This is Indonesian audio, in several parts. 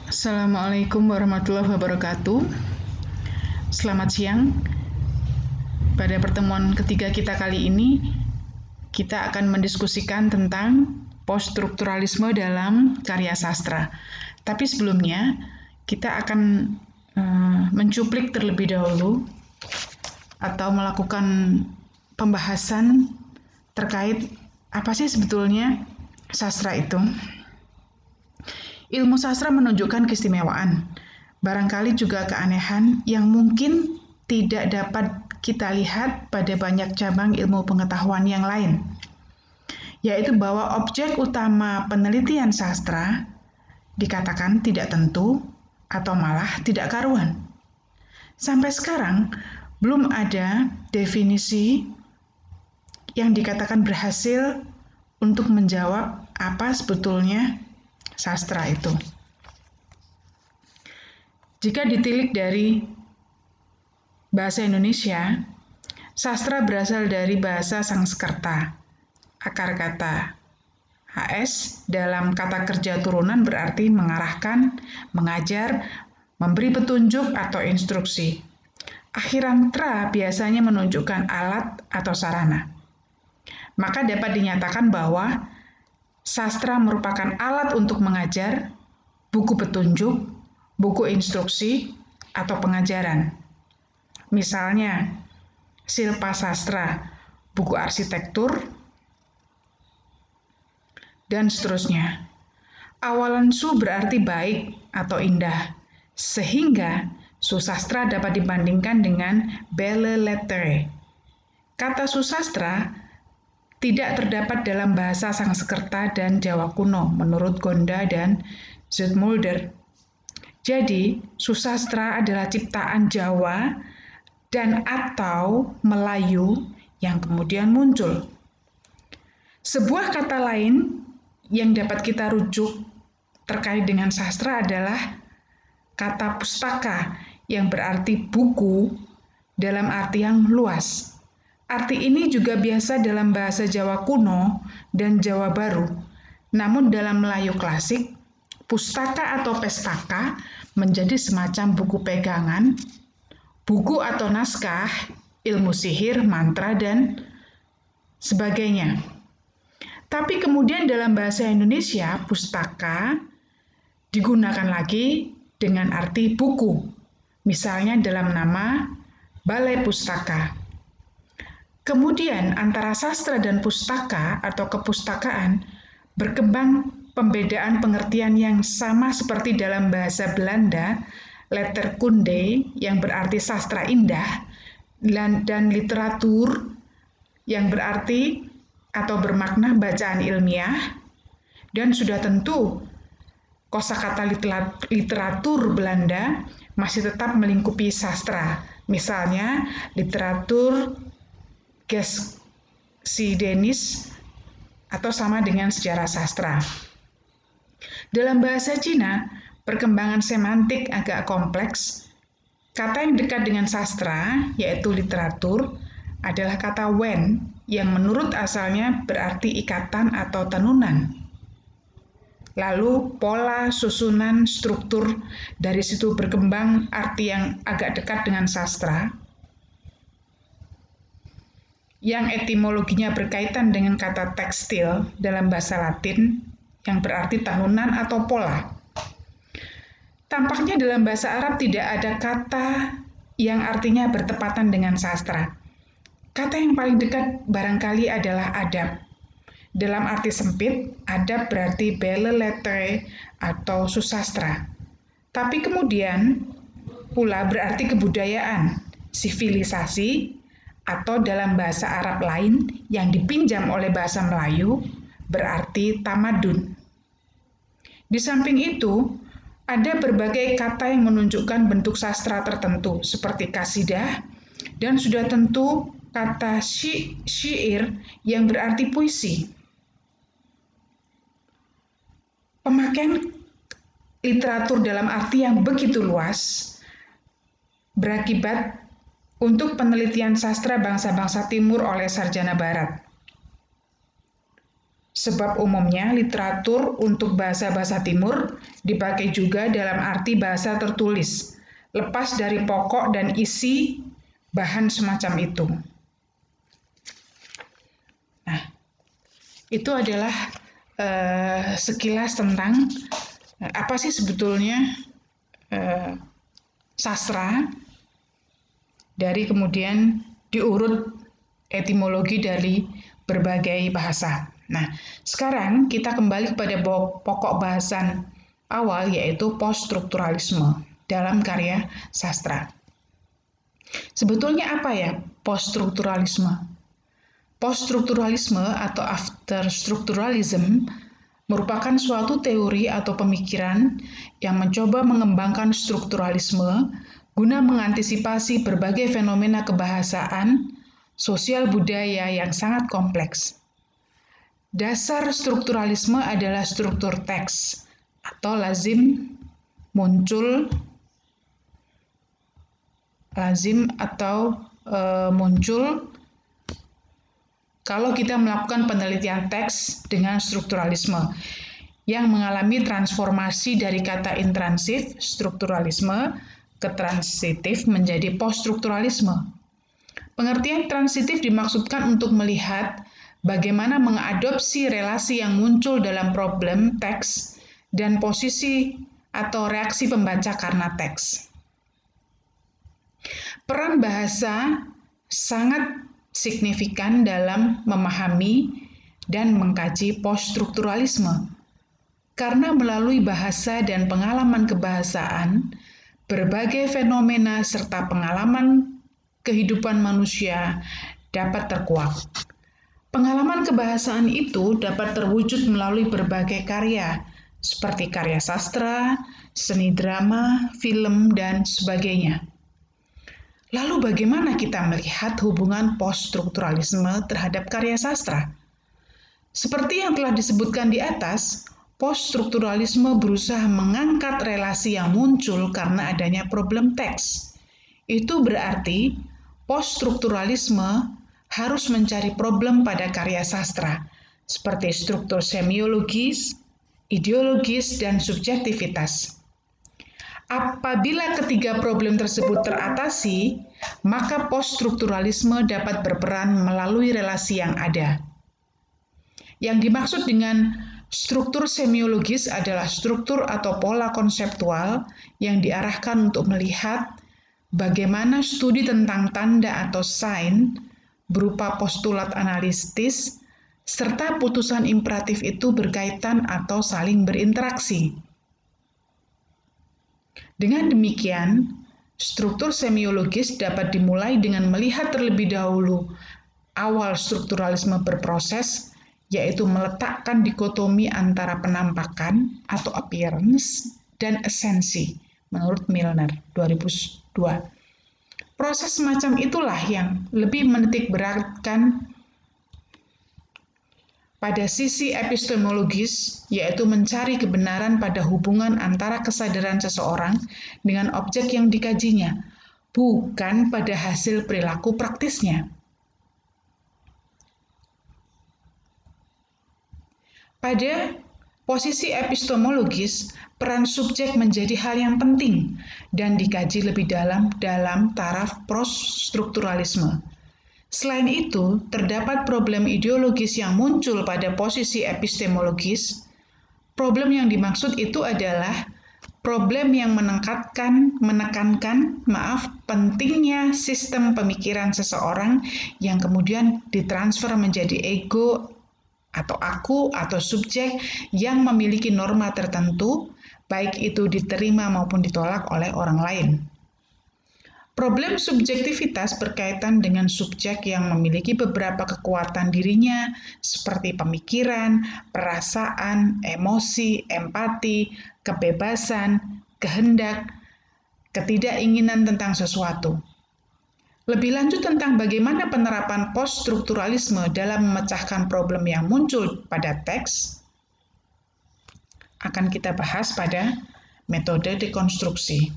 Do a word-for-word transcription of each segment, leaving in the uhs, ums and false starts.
Assalamualaikum warahmatullahi wabarakatuh. Selamat siang. Pada pertemuan ketiga kita kali ini, kita akan mendiskusikan tentang poststrukturalisme dalam karya sastra. Tapi sebelumnya, kita akan uh, mencuplik terlebih dahulu atau melakukan pembahasan terkait apa sih sebetulnya sastra itu. Ilmu sastra menunjukkan keistimewaan, barangkali juga keanehan yang mungkin tidak dapat kita lihat pada banyak cabang ilmu pengetahuan yang lain, yaitu bahwa objek utama penelitian sastra dikatakan tidak tentu atau malah tidak karuan. Sampai sekarang, belum ada definisi yang dikatakan berhasil untuk menjawab apa sebetulnya sastra itu. Jika ditilik dari bahasa Indonesia, sastra berasal dari bahasa Sanskerta. Akar kata H S dalam kata kerja turunan berarti mengarahkan, mengajar, memberi petunjuk atau instruksi. Akhiran tra biasanya menunjukkan alat atau sarana. Maka dapat dinyatakan bahwa sastra merupakan alat untuk mengajar, buku petunjuk, buku instruksi, atau pengajaran. Misalnya, Silpa Sastra, buku arsitektur, dan seterusnya. Awalan su berarti baik atau indah, sehingga susastra dapat dibandingkan dengan belle lettre. Kata susastra tidak terdapat dalam bahasa Sanskerta dan Jawa kuno, menurut Gonda dan Zoetmulder. Jadi, susastra adalah ciptaan Jawa dan atau Melayu yang kemudian muncul. Sebuah kata lain yang dapat kita rujuk terkait dengan sastra adalah kata pustaka yang berarti buku dalam arti yang luas. Arti ini juga biasa dalam bahasa Jawa kuno dan Jawa baru. Namun dalam Melayu klasik, pustaka atau pestaka menjadi semacam buku pegangan, buku atau naskah, ilmu sihir, mantra, dan sebagainya. Tapi kemudian dalam bahasa Indonesia, pustaka digunakan lagi dengan arti buku. Misalnya dalam nama Balai Pustaka. Kemudian antara sastra dan pustaka atau kepustakaan berkembang pembedaan pengertian yang sama seperti dalam bahasa Belanda, letterkunde yang berarti sastra indah, dan literatur yang berarti atau bermakna bacaan ilmiah, dan sudah tentu kosakata literatur Belanda masih tetap melingkupi sastra. Misalnya literatur Geschiedenis atau sama dengan sejarah sastra. Dalam bahasa Cina, perkembangan semantik agak kompleks. Kata yang dekat dengan sastra, yaitu literatur, adalah kata wen yang menurut asalnya berarti ikatan atau tenunan. Lalu pola, susunan, struktur, dari situ berkembang arti yang agak dekat dengan sastra, yang etimologinya berkaitan dengan kata tekstil dalam bahasa Latin yang berarti tenunan atau pola. Tampaknya dalam bahasa Arab tidak ada kata yang artinya bertepatan dengan sastra. Kata yang paling dekat barangkali adalah adab. Dalam arti sempit, adab berarti belle lettre atau susastra. Tapi kemudian pula berarti kebudayaan, sivilisasi, atau dalam bahasa Arab lain yang dipinjam oleh bahasa Melayu berarti tamadun. Di samping itu, ada berbagai kata yang menunjukkan bentuk sastra tertentu seperti kasidah dan sudah tentu kata syi, syair yang berarti puisi. Pemakaian literatur dalam arti yang begitu luas berakibat untuk penelitian sastra bangsa-bangsa timur oleh sarjana barat. Sebab umumnya literatur untuk bahasa-bahasa timur dipakai juga dalam arti bahasa tertulis, lepas dari pokok dan isi bahan semacam itu. Nah, itu adalah uh, sekilas tentang uh, apa sih sebetulnya uh, sastra, dari kemudian diurut etimologi dari berbagai bahasa. Nah, sekarang kita kembali kepada pokok bahasan awal, yaitu poststrukturalisme dalam karya sastra. Sebetulnya apa ya poststrukturalisme? Poststrukturalisme atau afterstrukturalism merupakan suatu teori atau pemikiran yang mencoba mengembangkan strukturalisme guna mengantisipasi berbagai fenomena kebahasaan, sosial budaya yang sangat kompleks. Dasar strukturalisme adalah struktur teks atau lazim muncul lazim atau e, muncul kalau kita melakukan penelitian teks dengan strukturalisme yang mengalami transformasi dari kata intransif strukturalisme ke transitif menjadi poststrukturalisme. Pengertian transitif dimaksudkan untuk melihat bagaimana mengadopsi relasi yang muncul dalam problem teks dan posisi atau reaksi pembaca karena teks. Peran bahasa sangat signifikan dalam memahami dan mengkaji poststrukturalisme, karena melalui bahasa dan pengalaman kebahasaan, berbagai fenomena serta pengalaman kehidupan manusia dapat terkuak. Pengalaman kebahasaan itu dapat terwujud melalui berbagai karya, seperti karya sastra, seni drama, film, dan sebagainya. Lalu bagaimana kita melihat hubungan poststrukturalisme terhadap karya sastra? Seperti yang telah disebutkan di atas, poststrukturalisme berusaha mengangkat relasi yang muncul karena adanya problem teks. Itu berarti poststrukturalisme harus mencari problem pada karya sastra, seperti struktur semiologis, ideologis, dan subjektivitas. Apabila ketiga problem tersebut teratasi, maka poststrukturalisme dapat berperan melalui relasi yang ada. Yang dimaksud dengan struktur semiologis adalah struktur atau pola konseptual yang diarahkan untuk melihat bagaimana studi tentang tanda atau sign berupa postulat analitis serta putusan imperatif itu berkaitan atau saling berinteraksi. Dengan demikian, struktur semiologis dapat dimulai dengan melihat terlebih dahulu awal strukturalisme berproses, yaitu meletakkan dikotomi antara penampakan atau appearance dan esensi, menurut Milner dua ribu dua. Proses semacam itulah yang lebih menitik beratkan pada sisi epistemologis, yaitu mencari kebenaran pada hubungan antara kesadaran seseorang dengan objek yang dikajinya, bukan pada hasil perilaku praktisnya. Pada posisi epistemologis, peran subjek menjadi hal yang penting dan dikaji lebih dalam dalam taraf poststrukturalisme. Selain itu, terdapat problem ideologis yang muncul pada posisi epistemologis. Problem yang dimaksud itu adalah problem yang menekankan, menekankan, maaf, pentingnya sistem pemikiran seseorang yang kemudian ditransfer menjadi ego atau aku atau subjek yang memiliki norma tertentu, baik itu diterima maupun ditolak oleh orang lain. Problem subjektivitas berkaitan dengan subjek yang memiliki beberapa kekuatan dirinya seperti pemikiran, perasaan, emosi, empati, kebebasan, kehendak, ketidakinginan tentang sesuatu. Lebih lanjut tentang bagaimana penerapan poststrukturalisme dalam memecahkan problem yang muncul pada teks akan kita bahas pada metode dekonstruksi.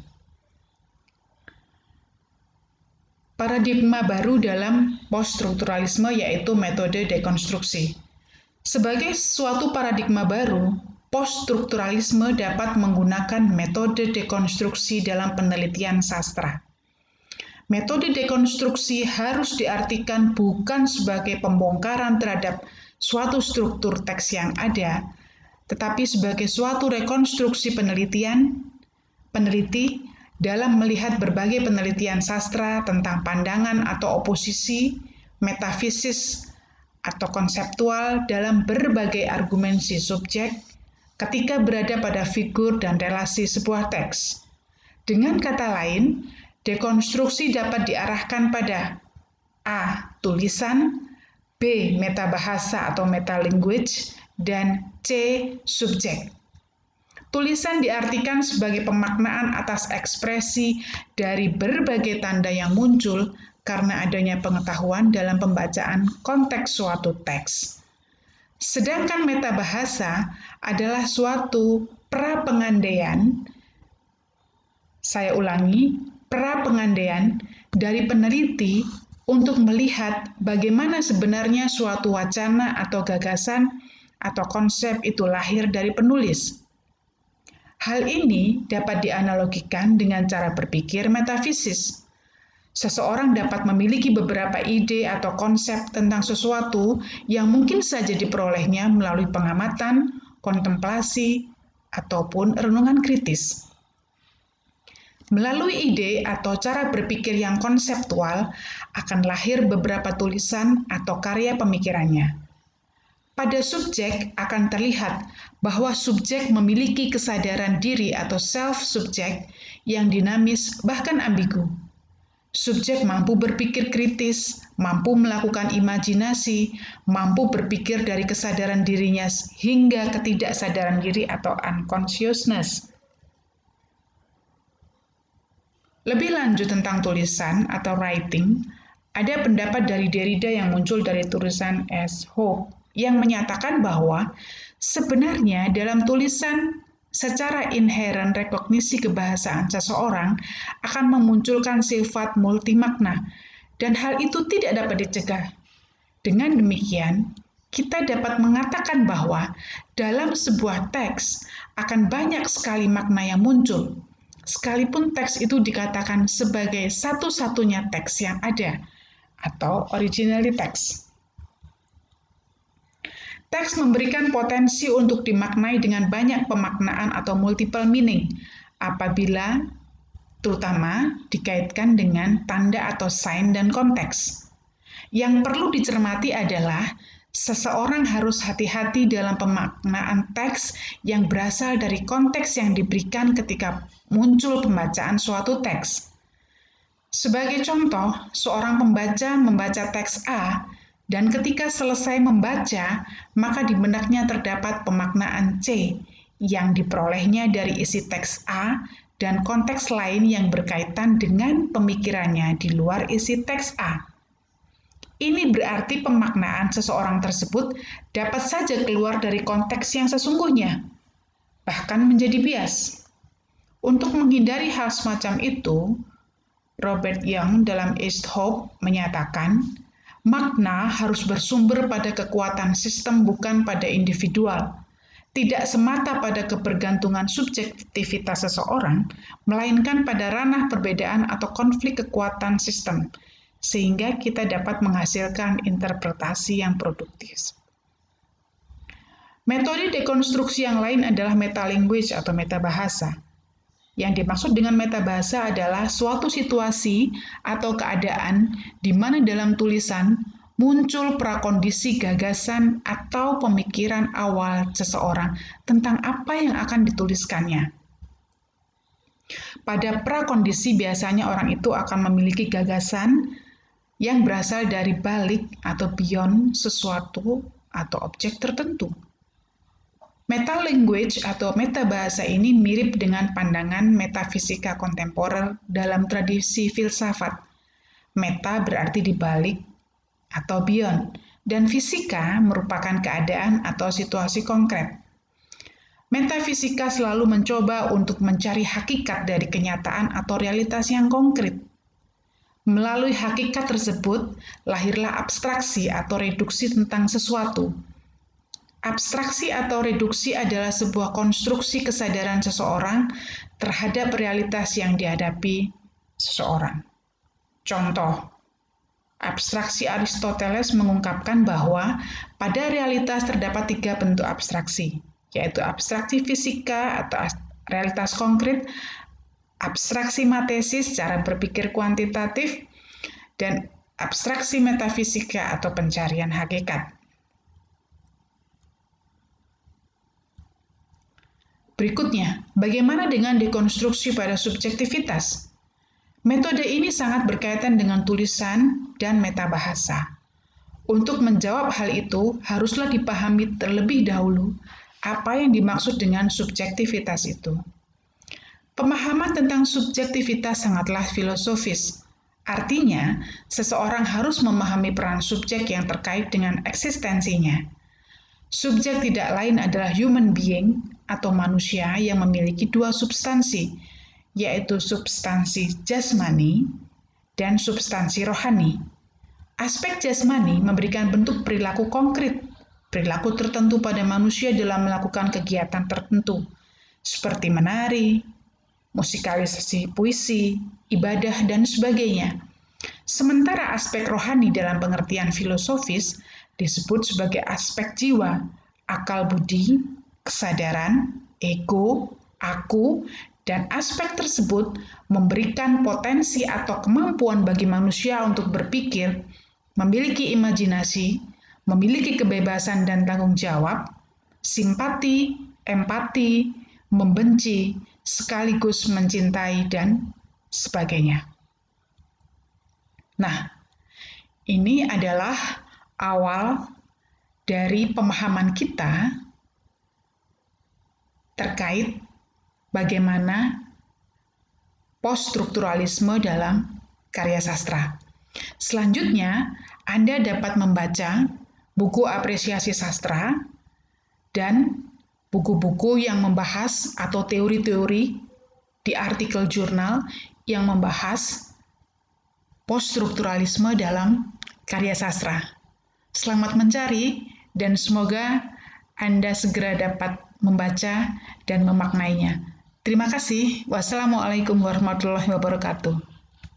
Paradigma baru dalam poststrukturalisme yaitu metode dekonstruksi. Sebagai suatu paradigma baru, poststrukturalisme dapat menggunakan metode dekonstruksi dalam penelitian sastra. Metode dekonstruksi harus diartikan bukan sebagai pembongkaran terhadap suatu struktur teks yang ada, tetapi sebagai suatu rekonstruksi penelitian, peneliti dalam melihat berbagai penelitian sastra tentang pandangan atau oposisi, metafisis, atau konseptual dalam berbagai argumentasi subjek ketika berada pada figur dan relasi sebuah teks. Dengan kata lain, dekonstruksi dapat diarahkan pada A. Tulisan, B. Metabahasa atau metalanguage, dan C. Subjek. Tulisan diartikan sebagai pemaknaan atas ekspresi dari berbagai tanda yang muncul karena adanya pengetahuan dalam pembacaan konteks suatu teks. Sedangkan metabahasa adalah suatu pra-pengandaian, saya ulangi, pra-pengandaian dari peneliti untuk melihat bagaimana sebenarnya suatu wacana atau gagasan atau konsep itu lahir dari penulis. Hal ini dapat dianalogikan dengan cara berpikir metafisis. Seseorang dapat memiliki beberapa ide atau konsep tentang sesuatu yang mungkin saja diperolehnya melalui pengamatan, kontemplasi, ataupun renungan kritis. Melalui ide atau cara berpikir yang konseptual akan lahir beberapa tulisan atau karya pemikirannya. Pada subjek akan terlihat bahwa subjek memiliki kesadaran diri atau self-subjek yang dinamis bahkan ambigu. Subjek mampu berpikir kritis, mampu melakukan imajinasi, mampu berpikir dari kesadaran dirinya hingga ketidaksadaran diri atau unconsciousness. Lebih lanjut tentang tulisan atau writing, ada pendapat dari Derrida yang muncul dari tulisan S. Hope yang menyatakan bahwa sebenarnya dalam tulisan secara inheren rekognisi kebahasaan seseorang akan memunculkan sifat multimakna, dan hal itu tidak dapat dicegah. Dengan demikian, kita dapat mengatakan bahwa dalam sebuah teks akan banyak sekali makna yang muncul, sekalipun teks itu dikatakan sebagai satu-satunya teks yang ada, atau original text. Teks memberikan potensi untuk dimaknai dengan banyak pemaknaan atau multiple meaning apabila terutama dikaitkan dengan tanda atau sign dan konteks. Yang perlu dicermati adalah seseorang harus hati-hati dalam pemaknaan teks yang berasal dari konteks yang diberikan ketika muncul pembacaan suatu teks. Sebagai contoh, seorang pembaca membaca teks A, dan ketika selesai membaca, maka di benaknya terdapat pemaknaan C yang diperolehnya dari isi teks A dan konteks lain yang berkaitan dengan pemikirannya di luar isi teks A. Ini berarti pemaknaan seseorang tersebut dapat saja keluar dari konteks yang sesungguhnya, bahkan menjadi bias. Untuk menghindari hal semacam itu, Robert Young dalam East Hope menyatakan, makna harus bersumber pada kekuatan sistem bukan pada individual, tidak semata pada kebergantungan subjektivitas seseorang, melainkan pada ranah perbedaan atau konflik kekuatan sistem, sehingga kita dapat menghasilkan interpretasi yang produktif. Metode dekonstruksi yang lain adalah metalanguage atau metabahasa. Yang dimaksud dengan metabahasa adalah suatu situasi atau keadaan di mana dalam tulisan muncul prakondisi gagasan atau pemikiran awal seseorang tentang apa yang akan dituliskannya. Pada prakondisi biasanya orang itu akan memiliki gagasan yang berasal dari balik atau beyond sesuatu atau objek tertentu. Metalanguage atau metabahasa ini mirip dengan pandangan metafisika kontemporer dalam tradisi filsafat. Meta berarti di balik atau beyond, dan fisika merupakan keadaan atau situasi konkret. Metafisika selalu mencoba untuk mencari hakikat dari kenyataan atau realitas yang konkret. Melalui hakikat tersebut, lahirlah abstraksi atau reduksi tentang sesuatu. Abstraksi atau reduksi adalah sebuah konstruksi kesadaran seseorang terhadap realitas yang dihadapi seseorang. Contoh, abstraksi Aristoteles mengungkapkan bahwa pada realitas terdapat tiga bentuk abstraksi, yaitu abstraksi fisika atau realitas konkret, abstraksi matesis, cara berpikir kuantitatif, dan abstraksi metafisika atau pencarian hakikat. Berikutnya, bagaimana dengan dekonstruksi pada subjektivitas? Metode ini sangat berkaitan dengan tulisan dan metabahasa. Untuk menjawab hal itu, haruslah dipahami terlebih dahulu apa yang dimaksud dengan subjektivitas itu. Pemahaman tentang subjektivitas sangatlah filosofis. Artinya, seseorang harus memahami peran subjek yang terkait dengan eksistensinya. Subjek tidak lain adalah human being atau manusia yang memiliki dua substansi, yaitu substansi jasmani dan substansi rohani. Aspek jasmani memberikan bentuk perilaku konkret, perilaku tertentu pada manusia dalam melakukan kegiatan tertentu, seperti menari, musikalisasi puisi, ibadah, dan sebagainya. Sementara aspek rohani dalam pengertian filosofis disebut sebagai aspek jiwa, akal budi, kesadaran, ego, aku, dan aspek tersebut memberikan potensi atau kemampuan bagi manusia untuk berpikir, memiliki imajinasi, memiliki kebebasan dan tanggung jawab, simpati, empati, membenci, sekaligus mencintai, dan sebagainya. Nah, ini adalah awal dari pemahaman kita terkait bagaimana poststrukturalisme dalam karya sastra. Selanjutnya, Anda dapat membaca buku apresiasi sastra dan buku-buku yang membahas atau teori-teori di artikel jurnal yang membahas poststrukturalisme dalam karya sastra. Selamat mencari dan semoga Anda segera dapat membaca dan memaknainya. Terima kasih. Wassalamualaikum warahmatullahi wabarakatuh.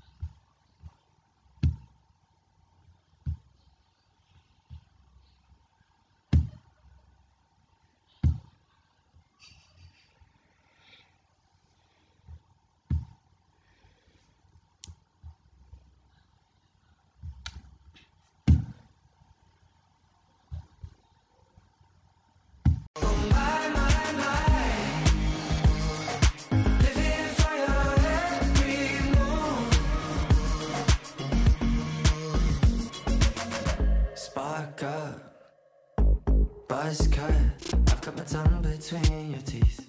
Buzz cut, I've got my tongue between your teeth.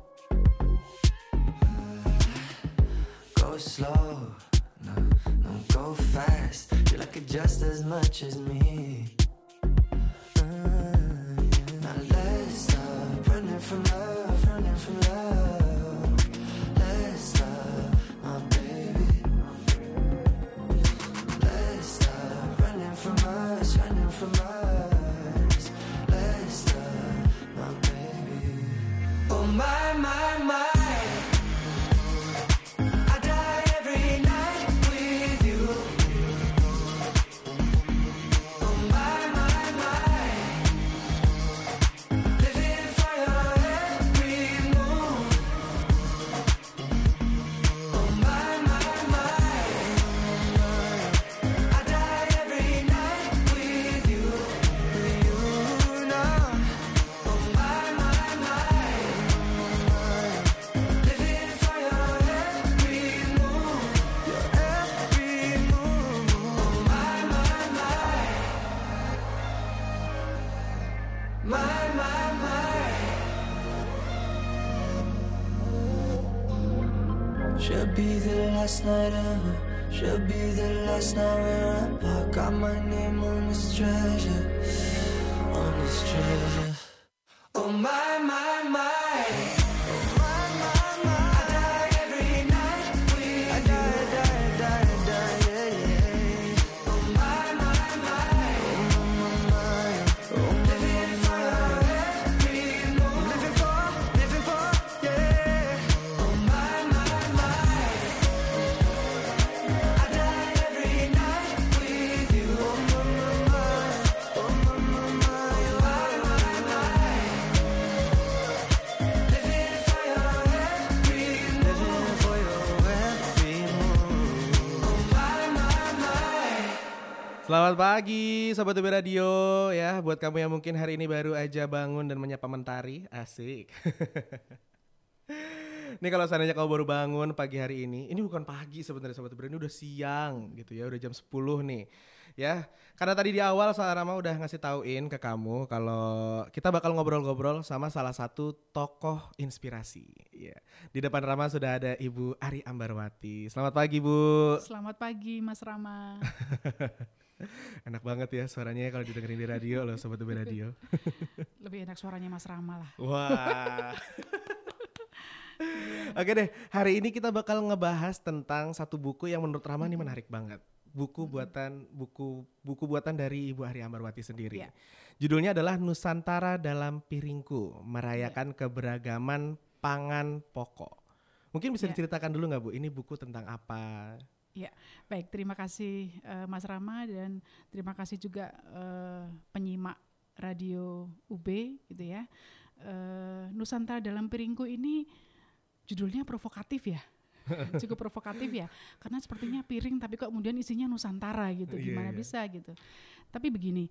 Go slow, no, no, go fast. You like it just as much as me. Uh, yeah. Now let's stop running from love, running from love. Let's stop, my baby. Let's stop running from us, running from us. My, my, my, I die every night with you. Oh my, my, my, living for your every move. Oh my, my, my, I die every night with you, with you now. Oh my, my, my. Should be the last night ever. Should be the last night we're apart. Got my name on this treasure, on this treasure. Oh my, my, my. Living for your Selamat pagi Sobat U B Radio ya. Buat kamu yang mungkin hari ini baru aja bangun dan menyapa mentari, asik. Nih kalau seandainya kamu baru bangun pagi hari ini, ini bukan pagi sebenarnya Sobat U B Radio, ini udah siang gitu ya, udah jam sepuluh nih. Ya, karena tadi di awal Salah Rama udah ngasih tauin ke kamu kalau kita bakal ngobrol-ngobrol sama salah satu tokoh inspirasi. Ya. Di depan Rama sudah ada Ibu Ari Ambarwati. Selamat pagi Bu. Selamat pagi Mas Rama. Enak banget ya suaranya kalau didengerin di radio loh Sobat U B Radio. Lebih enak suaranya Mas Rama lah. Wah. Oke deh, hari ini kita bakal ngebahas tentang satu buku yang menurut Rama ini menarik banget. Buku buatan buku buku buatan dari Ibu Ari Ambarwati sendiri. Yeah. Judulnya adalah Nusantara dalam Piringku, merayakan yeah. keberagaman pangan pokok. Mungkin bisa yeah. diceritakan dulu nggak Bu, ini buku tentang apa? Ya, baik. Terima kasih uh, Mas Rama dan terima kasih juga uh, penyimak radio U B gitu ya. Uh, Nusantara dalam Piringku ini judulnya provokatif ya. Cukup provokatif ya, karena sepertinya piring tapi kok kemudian isinya Nusantara gitu, gimana yeah, yeah. bisa gitu. Tapi begini,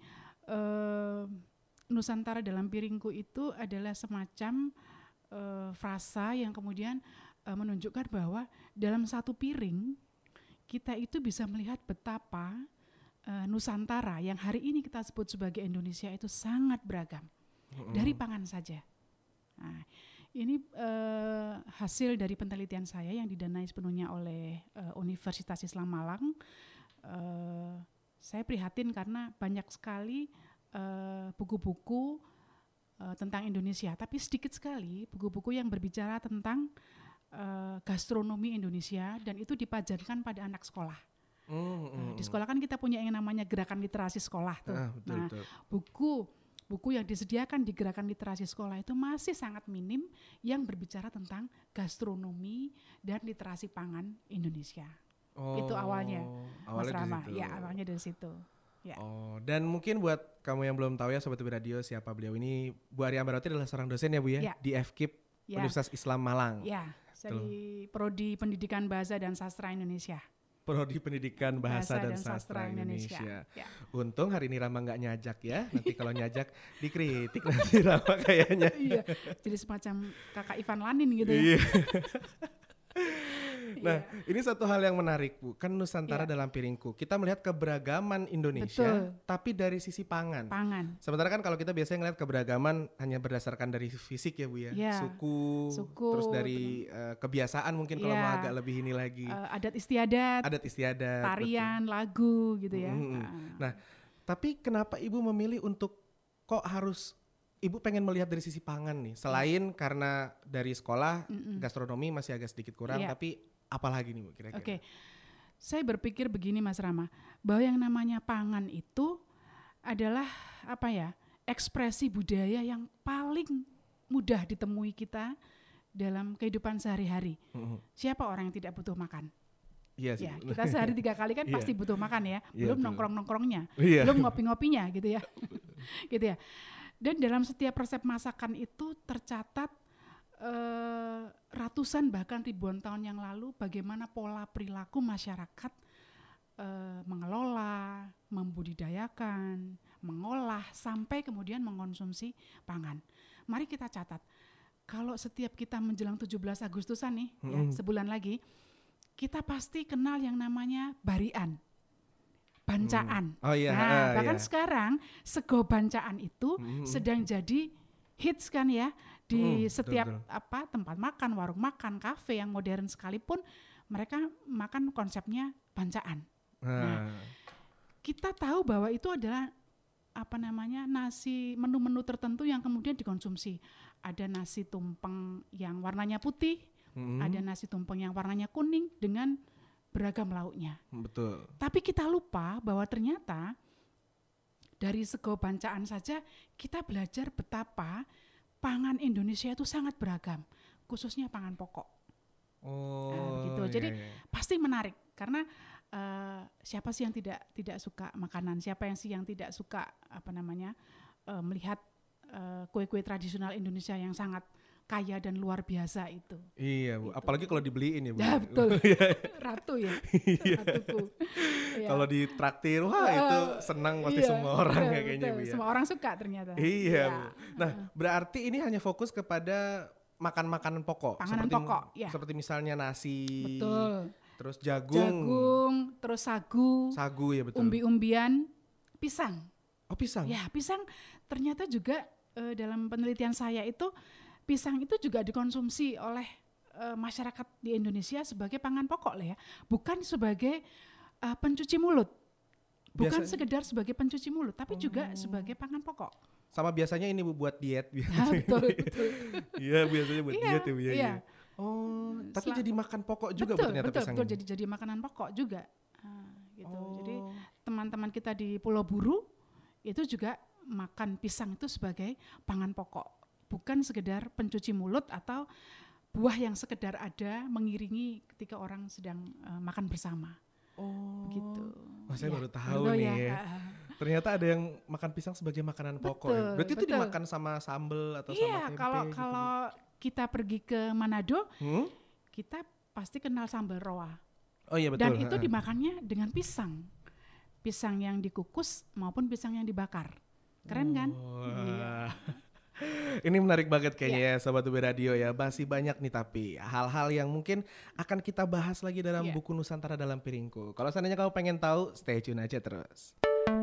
uh, Nusantara dalam Piringku itu adalah semacam uh, frasa yang kemudian uh, menunjukkan bahwa dalam satu piring kita itu bisa melihat betapa uh, Nusantara yang hari ini kita sebut sebagai Indonesia itu sangat beragam, mm-hmm. dari pangan saja. Nah, ini uh, hasil dari penelitian saya yang didanai sepenuhnya oleh uh, Universitas Islam Malang. Uh, saya prihatin karena banyak sekali uh, buku-buku uh, tentang Indonesia, tapi sedikit sekali buku-buku yang berbicara tentang uh, gastronomi Indonesia dan itu dipajarkan pada anak sekolah. Mm, mm, uh, di sekolah kan kita punya yang namanya gerakan literasi sekolah tuh. Ah, betul, nah, betul. buku Buku yang disediakan di gerakan literasi sekolah itu masih sangat minim yang berbicara tentang gastronomi dan literasi pangan Indonesia. Oh, itu awalnya, Mas Rama. Ya, awalnya dari situ. Ya. Oh, dan mungkin buat kamu yang belum tahu ya Sobat U B Radio siapa beliau ini, Bu Ari Ambarwati adalah seorang dosen ya Bu ya, ya. di F K I P ya. Universitas Islam Malang. Ya, dari Prodi Pendidikan Bahasa dan Sastra Indonesia. Prodi Pendidikan Bahasa, Bahasa dan, dan Sastra, Sastra Indonesia. Indonesia. Ya. Untung hari ini Rama nggak nyajak ya. Nanti kalau nyajak dikritik nanti Rama kayaknya. Iya. Jadi semacam kakak Ivan Lanin gitu ya. Nah, iya. ini satu hal yang menarik Bu. Kan Nusantara iya. dalam Piringku. Kita melihat keberagaman Indonesia, betul. tapi dari sisi pangan. Pangan. Sementara kan kalau kita biasanya ngelihat keberagaman hanya berdasarkan dari fisik ya Bu ya. Iya. Suku, Suku, terus dari uh, kebiasaan mungkin iya. kalau mau agak lebih ini lagi. Uh, adat istiadat. Adat istiadat. Tarian, betul. lagu gitu ya. Mm-hmm. Uh. Nah, tapi kenapa Ibu memilih untuk kok harus Ibu pengen melihat dari sisi pangan nih, selain yeah. karena dari sekolah Mm-mm. gastronomi masih agak sedikit kurang, yeah. tapi apalagi nih Bu kira-kira? Oke, okay. saya berpikir begini Mas Rama, bahwa yang namanya pangan itu adalah apa ya, ekspresi budaya yang paling mudah ditemui kita dalam kehidupan sehari-hari. Mm-hmm. Siapa orang yang tidak butuh makan? Iya sih. Ya, kita sehari tiga kali kan yeah. pasti butuh makan ya, yeah, belum nongkrong-nongkrongnya, yeah. belum ngopi-ngopinya gitu ya, gitu ya. Dan dalam setiap resep masakan itu tercatat uh, ratusan bahkan ribuan tahun yang lalu bagaimana pola perilaku masyarakat uh, mengelola, membudidayakan, mengolah sampai kemudian mengonsumsi pangan. Mari kita catat, kalau setiap kita menjelang tujuh belas Agustusan nih, mm-hmm. ya, sebulan lagi, kita pasti kenal yang namanya barian. Bancaan. Hmm. Oh iya. Nah, uh, bahkan iya. sekarang sego bancaan itu hmm. sedang jadi hits kan ya di hmm, setiap betul, betul. apa tempat makan, warung makan, kafe yang modern sekalipun mereka makan konsepnya bancaan. Hmm. Nah, kita tahu bahwa itu adalah apa namanya nasi menu-menu tertentu yang kemudian dikonsumsi. Ada nasi tumpeng yang warnanya putih, hmm. ada nasi tumpeng yang warnanya kuning dengan beragam lauknya. Betul. Tapi kita lupa bahwa ternyata dari sego bancaan saja kita belajar betapa pangan Indonesia itu sangat beragam, khususnya pangan pokok. Oh. Nah, gitu. Jadi iya, iya. pasti menarik karena uh, siapa sih yang tidak tidak suka makanan? Siapa yang sih yang tidak suka apa namanya uh, melihat uh, kue-kue tradisional Indonesia yang sangat kaya dan luar biasa itu. Iya, Bu. Gitu. Apalagi kalau dibeliin ya, Bu. Ya betul, ratu ya, ratuku. Ya. Kalau ditraktir, wah itu senang pasti Iya, semua orang betul, ya kayaknya, betul. Bu ya. Semua orang suka ternyata. Iya, Ya. Bu. Nah, berarti ini hanya fokus kepada makan makanan pokok. Panganan seperti, pokok, ya. Seperti misalnya nasi. Betul. Terus jagung. Jagung, terus sagu, Sagu ya betul. umbi-umbian, pisang. Oh pisang? Ya, pisang ternyata juga eh, dalam penelitian saya itu pisang itu juga dikonsumsi oleh eh, masyarakat di Indonesia sebagai pangan pokok lah ya, bukan sebagai eh, pencuci mulut. Bukan Biasanya- sekedar sebagai pencuci mulut, tapi juga sebagai pangan pokok. Sama biasanya ini Bu buat diet. Ya, betul, betul. Iya biasanya buat Iya, diet ya Bu ya. iya. iya. Oh, tapi Sel- jadi makan pokok juga Bu betul, ternyata betul, pisang betul. ini. Jadi jadi makanan pokok juga. Nah, gitu. Jadi Oh. teman-teman kita di Pulau Buru itu juga makan pisang itu sebagai pangan pokok, bukan sekedar pencuci mulut atau buah yang sekedar ada mengiringi ketika orang sedang uh, makan bersama. Oh. Begitu. Wah, saya Ya, baru tahu betul nih ya. ya. Ah, Ternyata ada yang makan pisang sebagai makanan pokok. ya. Betul, Berarti itu betul. dimakan sama sambel atau Iya, sama tempe kalau gitu, Bu? kalau kita pergi ke Manado, Hmm? kita pasti kenal sambal roa. Oh iya betul. Dan itu ha-ha. dimakannya dengan pisang. Pisang yang dikukus maupun pisang yang dibakar. Keren kan? Wah. Ini menarik banget kayaknya ya Sobat U B Radio ya. Masih banyak nih tapi hal-hal yang mungkin akan kita bahas lagi dalam Iya. buku Nusantara dalam Piringku. Kalau seandainya kamu pengen tahu, stay tune aja terus.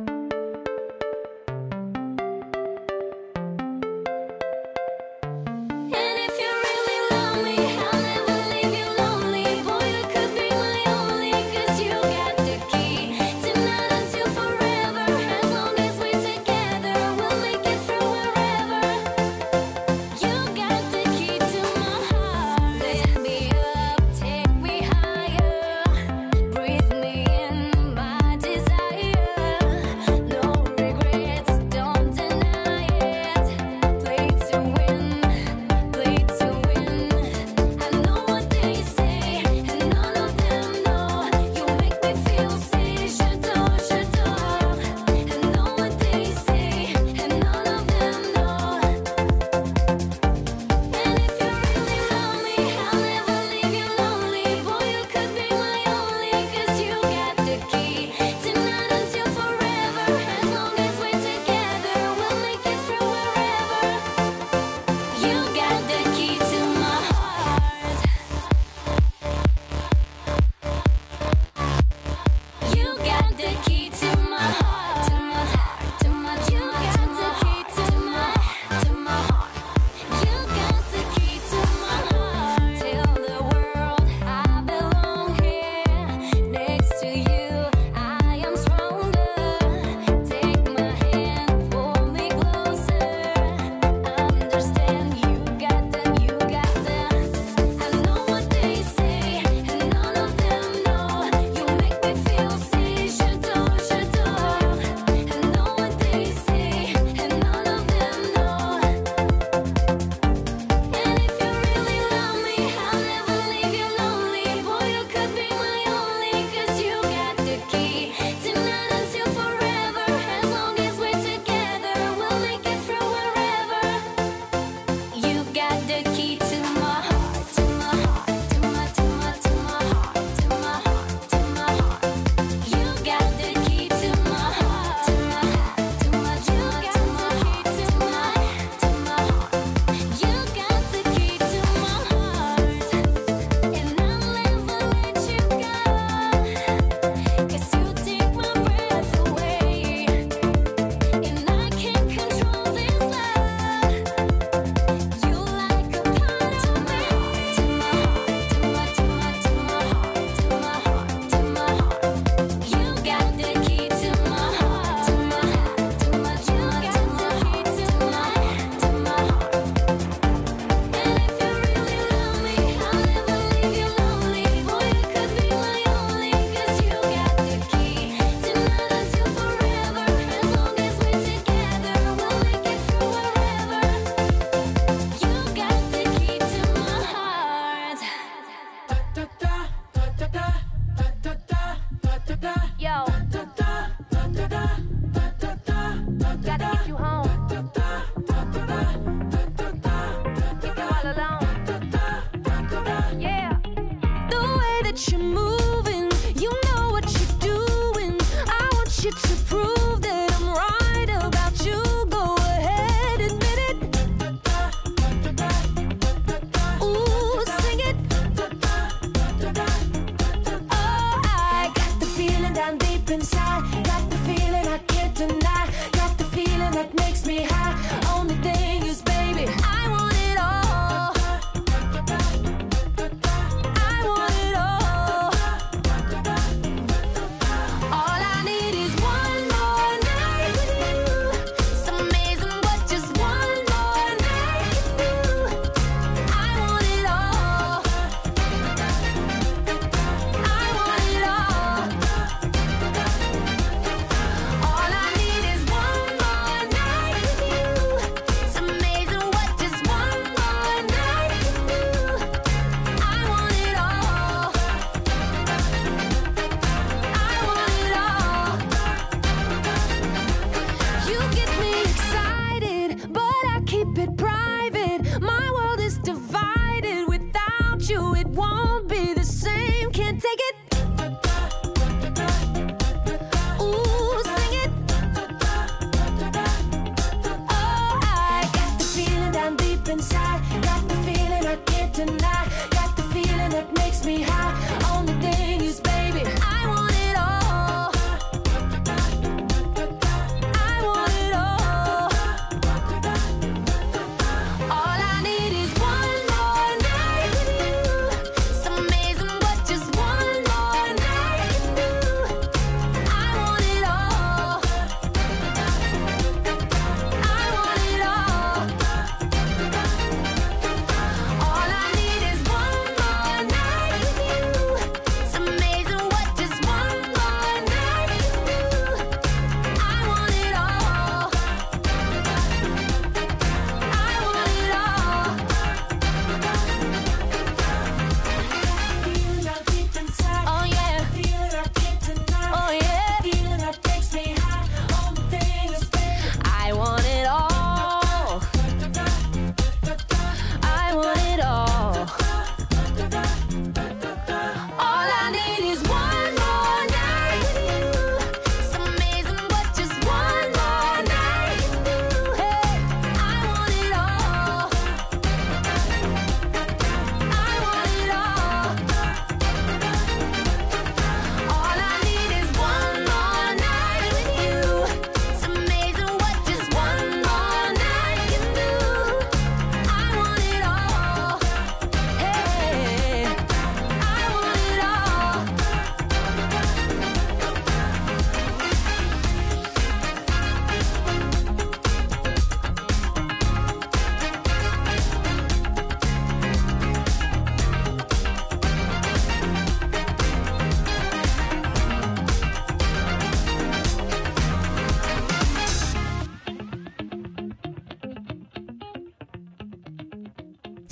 And if you really love me, I'll never leave you lonely. Boy, you could be my only, 'cause you got the key. Tonight until forever, as long as we're together, we'll make it through wherever. You got the key to my heart. Lift me up, take me higher. Breathe me in, my desire.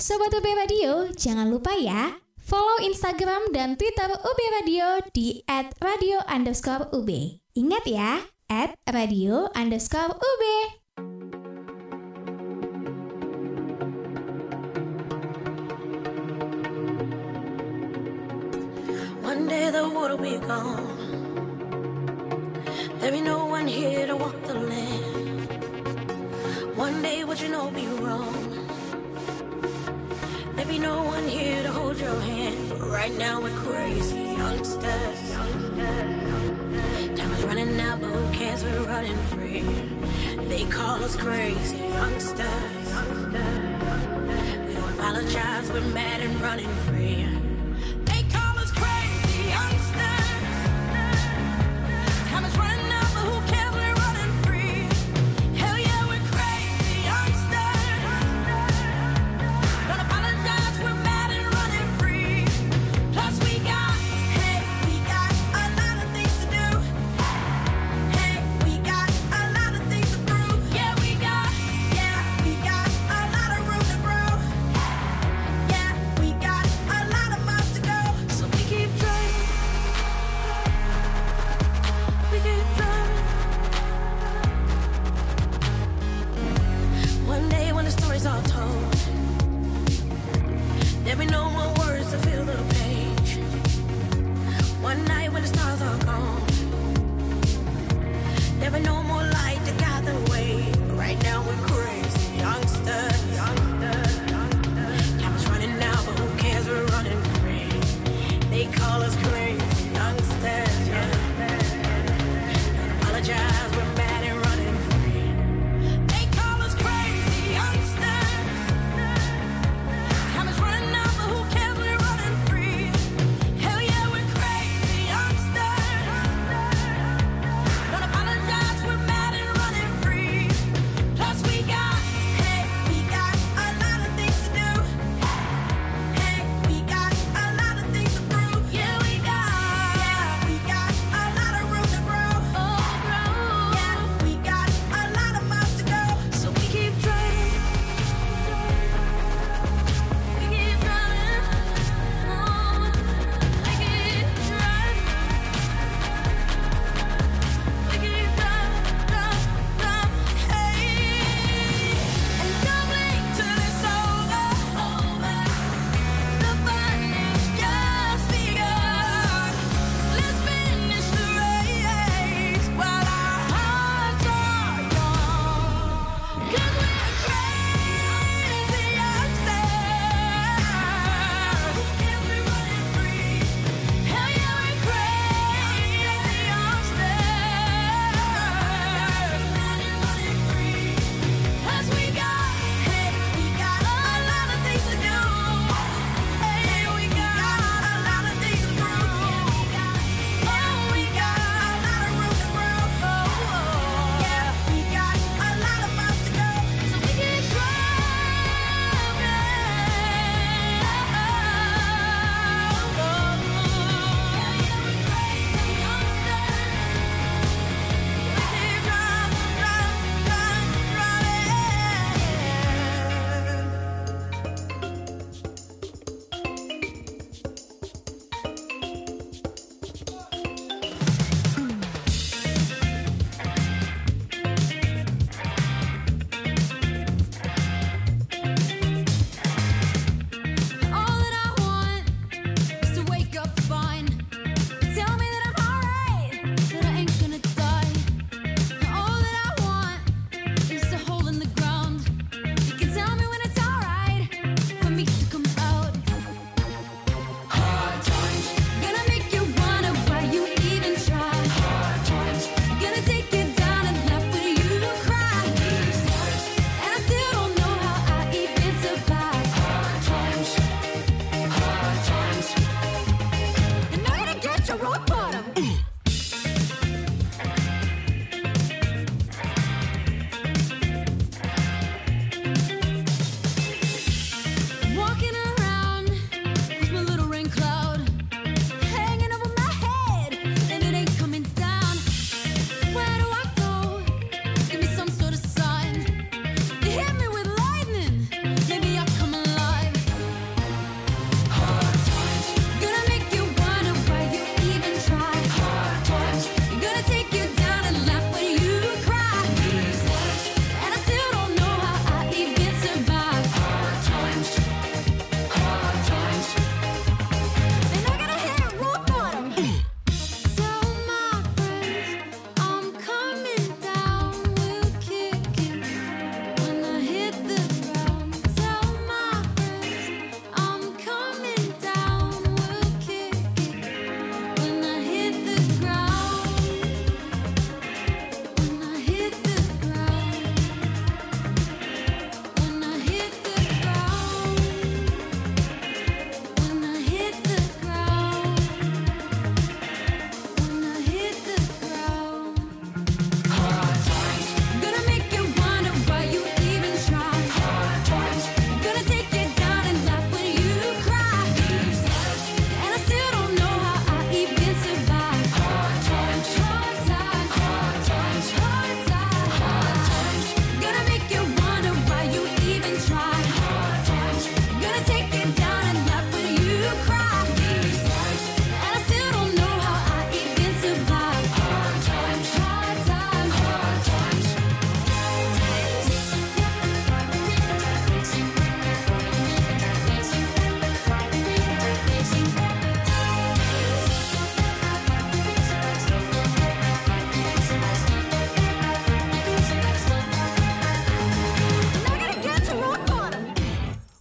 Sobat U B Radio, jangan lupa ya, follow Instagram dan Twitter U B Radio di at radio underscore U B. Ingat ya, at radio underscore U B. One day the water will be gone. There be no one here to walk the land. One day what you know be wrong. There be no one here to hold your hand. Right now we're crazy youngsters. Time is running out, but who cares? We're running free. They call us crazy youngsters. We don't apologize, we're mad and running free. They call us crazy youngsters. Time is running out, but who cares? We're running free. Hell yeah, we're crazy youngsters. Don't apologize, we're mad and running free. Plus we got, hey, we got a lot of things to do. Hey, we got a lot of things to prove. Yeah, we got, yeah, we got a lot of room to grow. Yeah, we got a lot of miles to go. So we keep driving. We keep driving. One day when the story's all told, there'll be no more words to fill the page. One night when the stars are gone, there'll be no more light to guide the way. Right now we're crazy youngsters. Time is running out, but who cares? We're running free. They call us crazy youngsters. Don't apologize, we're mad and running free. They call us crazy youngsters. Time is running out, but who cares?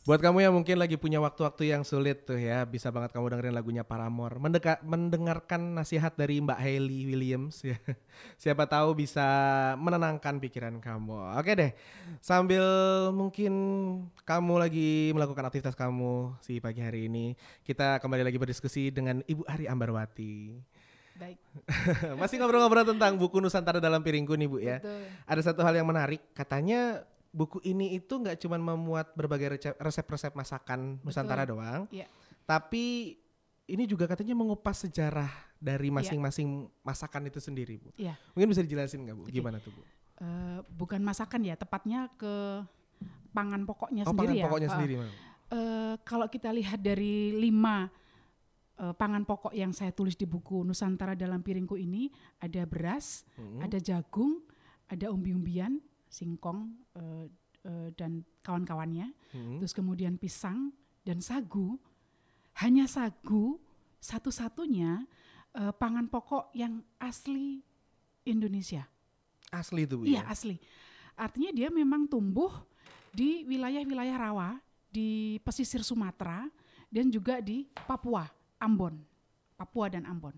Buat kamu yang mungkin lagi punya waktu-waktu yang sulit tuh ya, bisa banget kamu dengerin lagunya Paramore. Mendeka- mendengarkan nasihat dari Mbak Hayley Williams ya. Siapa tahu bisa menenangkan pikiran kamu. Oke deh, sambil mungkin kamu lagi melakukan aktivitas kamu si pagi hari ini, kita kembali lagi berdiskusi dengan Ibu Ari Ambarwati. Baik. Masih ngobrol-ngobrol tentang buku Nusantara dalam Piringku nih Bu ya. Betul. Ada satu hal yang menarik, katanya buku ini itu nggak cuma memuat berbagai resep- resep-resep masakan Nusantara doang, Iya. tapi ini juga katanya mengupas sejarah dari masing-masing masakan itu sendiri, Bu. Iya. Mungkin bisa dijelasin nggak, Bu? Oke. Gimana tuh, Bu? Eh, bukan masakan ya, tepatnya ke pangan pokoknya Oh, sendiri pangan ya. pokoknya Eh, sendiri, Mam. eh, kalau kita lihat dari lima eh, pangan pokok yang saya tulis di buku Nusantara dalam Piringku ini, ada beras, Hmm. ada jagung, ada umbi-umbian, singkong eh, eh, dan kawan-kawannya, Hmm. terus kemudian pisang dan sagu. Hanya sagu satu-satunya eh, pangan pokok yang asli Indonesia. Asli tuh, Bu. Iya, ya? asli. Artinya dia memang tumbuh di wilayah-wilayah rawa di pesisir Sumatera dan juga di Papua, Ambon. Papua dan Ambon.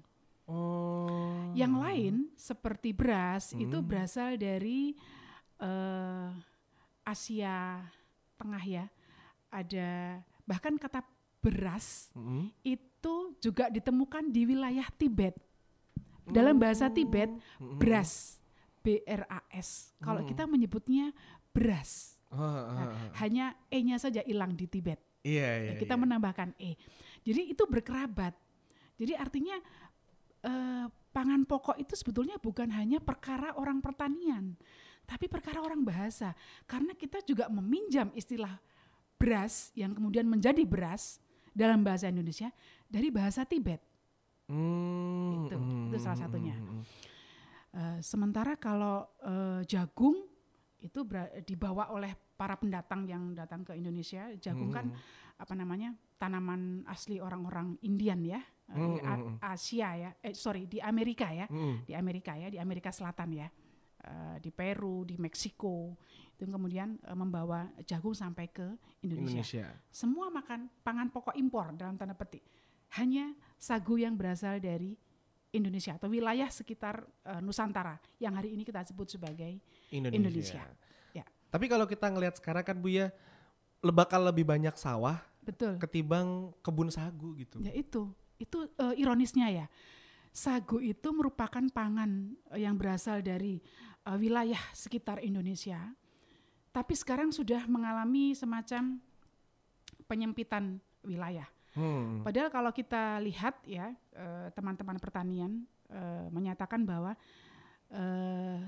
Oh. Yang lain seperti beras Hmm. itu berasal dari eh, Asia Tengah ya. Ada bahkan kata beras Hmm. itu juga ditemukan di wilayah Tibet. Dalam bahasa Tibet, Hmm. beras, B R A S. Kalau Hmm. kita menyebutnya beras, Oh, oh, nah, oh. hanya E-nya saja hilang di Tibet. Iya, iya. Ya, kita iya. menambahkan E. Jadi itu berkerabat. Jadi artinya eh, pangan pokok itu sebetulnya bukan hanya perkara orang pertanian, tapi perkara orang bahasa. Karena kita juga meminjam istilah beras yang kemudian menjadi beras dalam bahasa Indonesia dari bahasa Tibet. Hmm, Itu, hmm, itu salah satunya. hmm, hmm. Eh, sementara kalau eh, jagung itu ber- dibawa oleh para pendatang yang datang ke Indonesia. Jagung kan Hmm. apa namanya tanaman asli orang-orang Indian ya, eh, Hmm, di A- hmm, hmm. Asia ya, eh sorry di Amerika ya, Hmm. di Amerika ya, di Amerika Selatan ya, Eh, di Peru, di Meksiko, itu kemudian eh, membawa jagung sampai ke Indonesia. Indonesia. Semua makan pangan pokok impor dalam tanda petik. Hanya sagu yang berasal dari Indonesia atau wilayah sekitar eh, Nusantara yang hari ini kita sebut sebagai Indonesia. Indonesia. Ya. Tapi kalau kita ngelihat sekarang kan Bu ya, le- bakal lebih banyak sawah Betul. ketimbang kebun sagu gitu. Ya itu, itu eh, ironisnya ya. Sagu itu merupakan pangan eh, yang berasal dari eh, wilayah sekitar Indonesia, tapi sekarang sudah mengalami semacam penyempitan wilayah. Hmm. Padahal kalau kita lihat ya eh, teman-teman pertanian eh, menyatakan bahwa eh,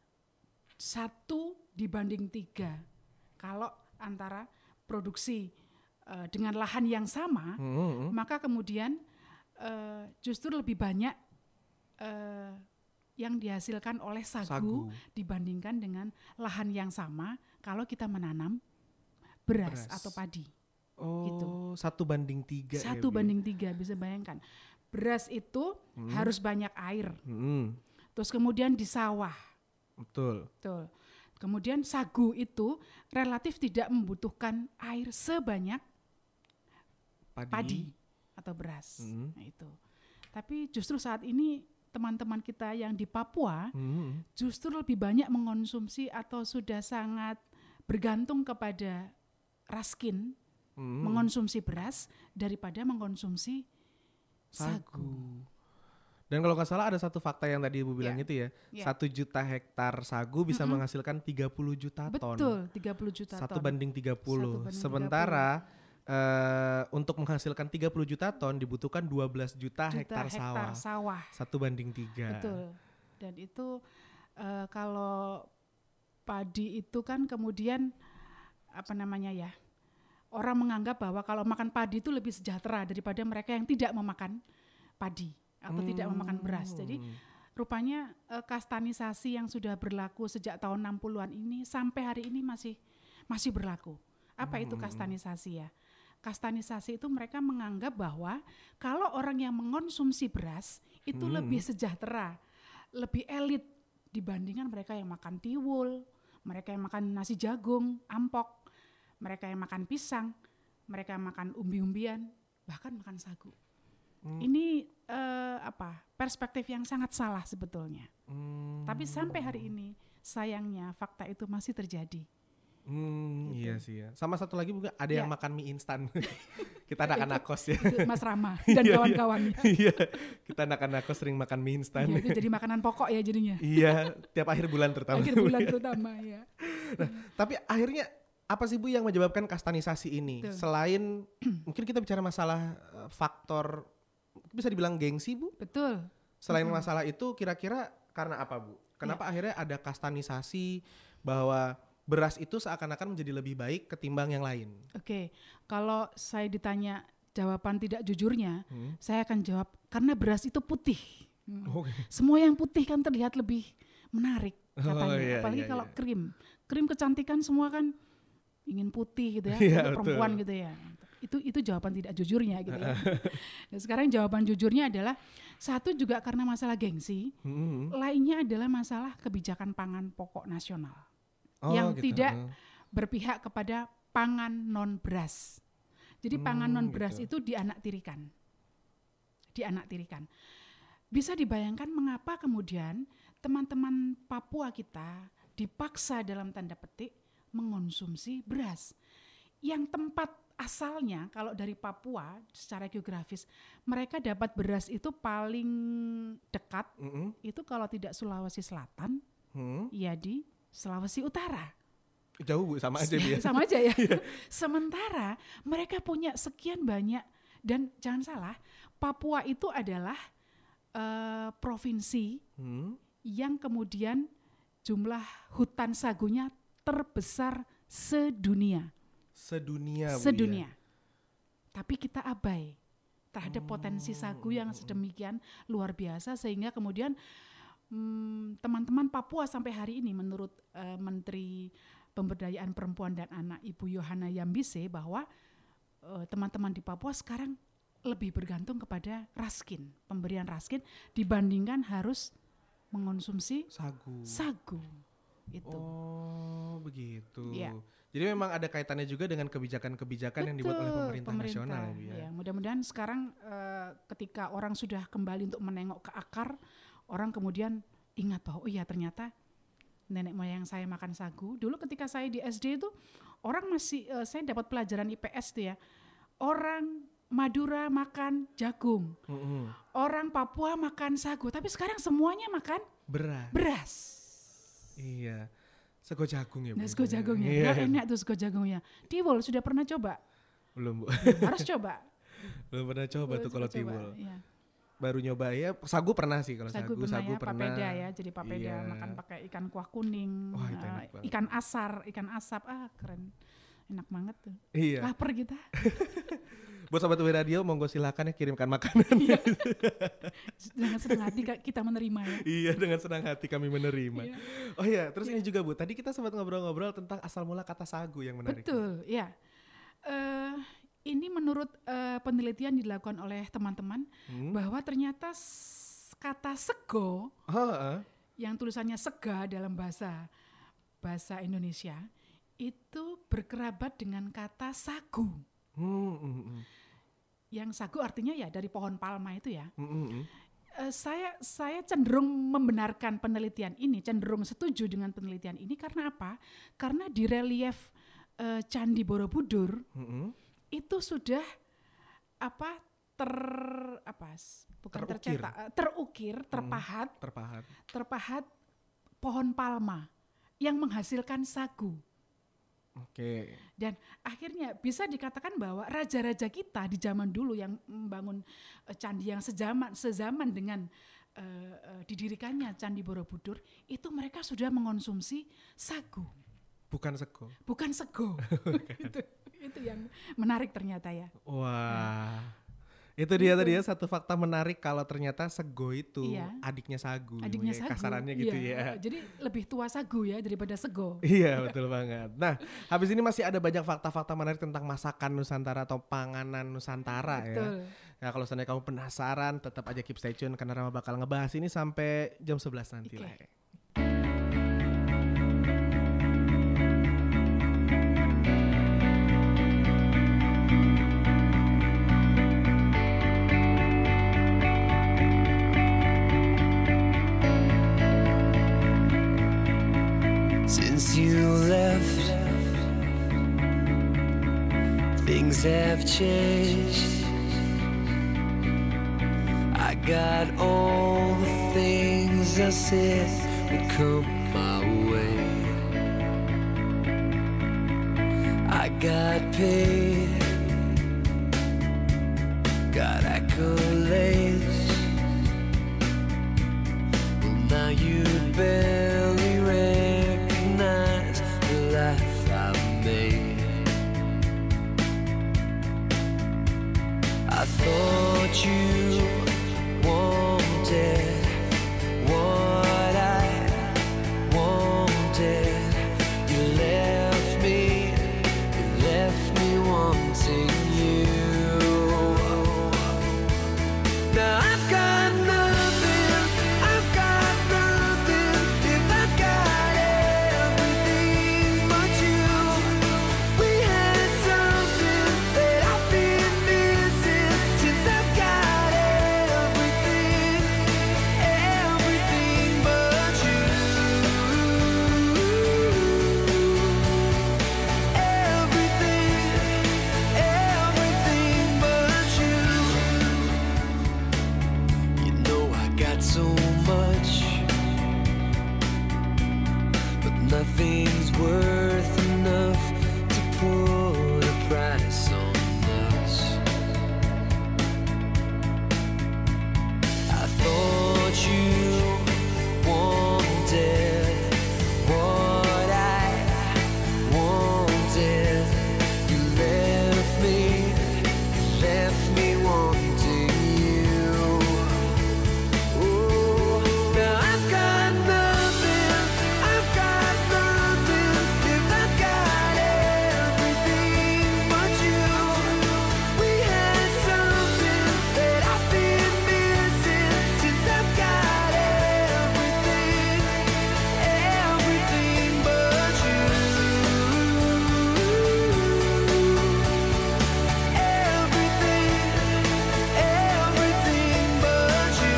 satu dibanding tiga kalau antara produksi eh, dengan lahan yang sama, Hmm. maka kemudian eh, justru lebih banyak eh, yang dihasilkan oleh sagu, Sagu. dibandingkan dengan lahan yang sama kalau kita menanam beras, Beras. atau padi. Oh, Gitu. satu banding tiga. ya, Satu Bu ya? banding tiga, bisa bayangkan. Beras itu harus banyak air, Hmm. terus kemudian di sawah. Betul. Betul. Kemudian sagu itu relatif tidak membutuhkan air sebanyak Padi. padi atau beras. Hmm. Nah, itu. Tapi justru saat ini teman-teman kita yang di Papua Hmm. justru lebih banyak mengonsumsi atau sudah sangat bergantung kepada raskin, Hmm. mengonsumsi beras daripada mengkonsumsi sagu. Sagu. Dan kalau nggak salah ada satu fakta yang tadi Ibu bilang Ya. itu ya, Ya. satu juta hektar sagu bisa Mm-mm. menghasilkan tiga puluh juta ton. Betul, tiga puluh juta Satu ton. banding tiga puluh. Satu banding Sementara eh, untuk menghasilkan tiga puluh juta ton dibutuhkan dua belas juta, Juta hektar, sawah. sawah. Satu banding tiga. Betul. Dan itu eh, kalau padi itu kan kemudian apa namanya ya, orang menganggap bahwa kalau makan padi itu lebih sejahtera daripada mereka yang tidak memakan padi atau tidak memakan beras. Jadi Hmm. rupanya eh, kastanisasi yang sudah berlaku sejak tahun enam puluhan ini sampai hari ini masih masih berlaku. Apa itu kastanisasi ya? Kastanisasi itu mereka menganggap bahwa kalau orang yang mengonsumsi beras itu Hmm. lebih sejahtera, lebih elit dibandingkan mereka yang makan tiwul, mereka yang makan nasi jagung, ampok, mereka yang makan pisang. mereka makan umbi-umbian, bahkan makan sagu. Hmm. Ini uh, apa? Perspektif yang sangat salah sebetulnya. Hmm. Tapi sampai hari ini sayangnya fakta itu masih terjadi. Hmm, Gitu. iya sih ya. Sama satu lagi juga ada yang Ya. makan mie instan. Kita anak-anak kos ya. Itu Mas Rama dan Iya, iya. kawan-kawannya. Iya, kita anak-anak kos sering makan mie instan. Ya, itu jadi makanan pokok ya jadinya. Iya, tiap akhir bulan terutama. Akhir bulan terutama ya. Tapi akhirnya apa sih Bu yang menyebabkan kastanisasi ini? Betul. Selain mungkin kita bicara masalah uh, faktor bisa dibilang gengsi Bu. Betul. Selain Mm-mm. masalah itu kira-kira karena apa Bu? Kenapa akhirnya ada kastanisasi bahwa beras itu seakan-akan menjadi lebih baik ketimbang yang lain? Oke, kalau saya ditanya jawaban tidak jujurnya, Hmm. saya akan jawab karena beras itu putih. Hmm. Oke. Semua yang putih kan terlihat lebih menarik Oh, katanya. iya, Apalagi iya, kalau iya. krim, krim kecantikan semua kan ingin putih gitu ya, Iya, untuk perempuan betul. gitu ya. Itu itu jawaban tidak jujurnya gitu ya. Nah, sekarang jawaban jujurnya adalah satu juga karena masalah gengsi, Hmm. lainnya adalah masalah kebijakan pangan pokok nasional Oh, yang gitu. tidak Hmm. berpihak kepada pangan non beras. Jadi pangan Hmm, non beras gitu. itu dianaktirikan. Dianaktirikan. Bisa dibayangkan mengapa kemudian teman-teman Papua kita dipaksa dalam tanda petik mengonsumsi beras. Yang tempat asalnya kalau dari Papua secara geografis mereka dapat beras itu paling dekat Mm-mm. itu kalau tidak Sulawesi Selatan, Hmm. ya di Sulawesi Utara. Jauh Bu, sama aja Bu ya. Sama aja ya. Sementara mereka punya sekian banyak, dan jangan salah, Papua itu adalah eh, provinsi Hmm. yang kemudian jumlah hutan sagunya terbesar sedunia. Sedunia Bu, Sedunia. ya. Tapi kita abai terhadap potensi sagu yang sedemikian luar biasa sehingga kemudian hmm, teman-teman Papua sampai hari ini menurut eh, Menteri Pemberdayaan Perempuan dan Anak Ibu Yohana Yambise bahwa eh, teman-teman di Papua sekarang lebih bergantung kepada raskin, pemberian raskin dibandingkan harus mengonsumsi Sagu. sagu. Itu. Oh, begitu. Iya. Jadi memang ada kaitannya juga dengan kebijakan-kebijakan yang dibuat oleh Betul, pemerintah, nasional ya, Bu ya. ya. Mudah-mudahan sekarang eh, ketika orang sudah kembali untuk menengok ke akar, orang kemudian ingat bahwa oh iya ternyata nenek moyang saya makan sagu. Dulu ketika saya di S D itu orang masih eh, saya dapat pelajaran I P S tuh ya. Orang Madura makan jagung, Mm-mm. orang Papua makan sagu, tapi sekarang semuanya makan Beras. beras. Iya. Sego jagung ya, Bu. Nah, sego jagungnya, Iya. nah, enak tuh sego jagungnya. Tiwul sudah pernah coba? Belum, Bu. Harus coba. Belum pernah coba tuh kalau Coba, tiwul. iya. Baru nyoba ya. Sagu pernah sih kalau Sagu sagu. pernah Sagu ya, pernah. papeda ya, jadi papeda Iya. makan pakai ikan kuah kuning, Wah, itu eh, enak banget. ikan asar, ikan asap, ah keren, enak banget tuh. Iya. Lapar kita. Buat Sobat U B Radio, monggo silakan ya kirimkan makanan. Dengan senang hati ka- kita menerima ya. Iya, dengan senang hati kami menerima. Iya. Oh iya, terus ini juga Bu, tadi kita sempat ngobrol-ngobrol tentang asal mula kata sagu yang menarik. Bu. Betul, ya. Eh, ini menurut eh, penelitian dilakukan oleh teman-teman Hmm. bahwa ternyata s- kata sego Oh, uh. yang tulisannya sega dalam bahasa bahasa Indonesia itu berkerabat dengan kata sagu. Hmm, hmm, hmm. Yang sagu artinya ya dari pohon palma itu ya. Hmm, hmm, hmm. Eh, saya saya cenderung membenarkan penelitian ini, cenderung setuju dengan penelitian ini karena apa? Karena di relief eh, Candi Borobudur Hmm, hmm. itu sudah apa ter apa s- bukan Terukir. tercetak eh, terukir, terpahat, Terpahat. terpahat pohon palma yang menghasilkan sagu. Oke. Dan akhirnya bisa dikatakan bahwa raja-raja kita di zaman dulu yang membangun eh, candi yang sejaman sezaman dengan eh, eh, didirikannya Candi Borobudur itu mereka sudah mengonsumsi sagu, Bukan sego. bukan sego. itu, itu yang menarik ternyata ya. Wah. Itu dia tadi ya satu fakta menarik kalau ternyata sego itu Iya. adiknya sagu. Adiknya ya, sagu. Kasarannya gitu Iya, ya. Jadi lebih tua sagu ya daripada sego. Iya, betul banget. Nah, habis ini masih ada banyak fakta-fakta menarik tentang masakan Nusantara atau panganan Nusantara ya. Betul. Nah, kalau seandainya kamu penasaran, tetap aja keep stay tune karena Rama bakal ngebahas ini sampai jam sebelas nanti Oke. lah. ya. things have changed. I got all the things I said would come my way. I got paid, got accolades. Well, now you barely recognize the life I've made. I thought you wanted what I wanted. You left me, you left me wanting you. Now I've got nothing, I've got nothing. If I've got everything but you, we had something that I've been missing since I've got everything, everything but you. Everything, everything but you. You know I got so much, but nothing's worth enough to put a price on us. I thought you wanted what I wanted. You left me, you left me wanting you. Oh, now I've got nothing, I've got nothing. If I've got everything but you, we had something that I've been missing since I've got everything, everything but you. Everything, everything but you.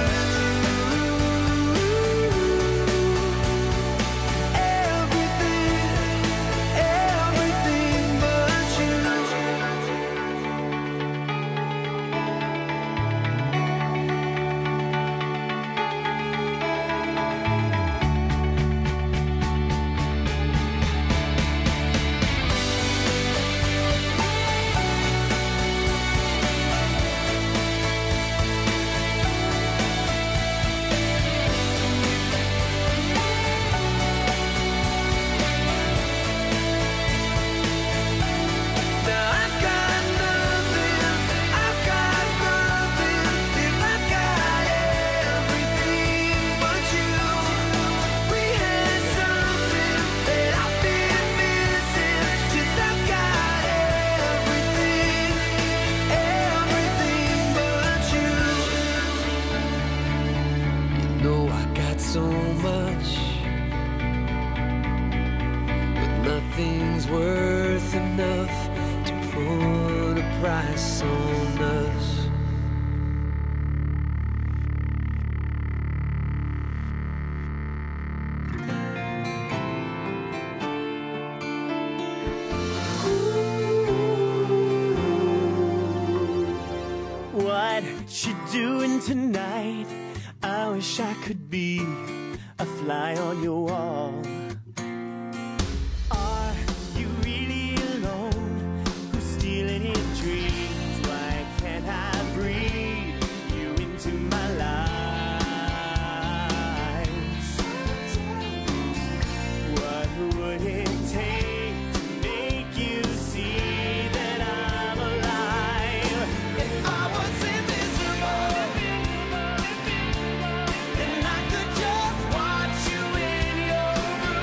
Everything, everything but you. Now I've got nothing, I've got nothing. If I've got everything but you, we had something that I've been missing since I've got everything, everything but you. You know I got so much, but nothing's worth enough to put a price on us. What you doing tonight? I wish I could be a fly on your wall. Are you really alone? Who's stealing your dreams? Why can't I breathe you into my life? What would it take to make you see that I'm alive? If I was invisible, then I could just watch you in your room.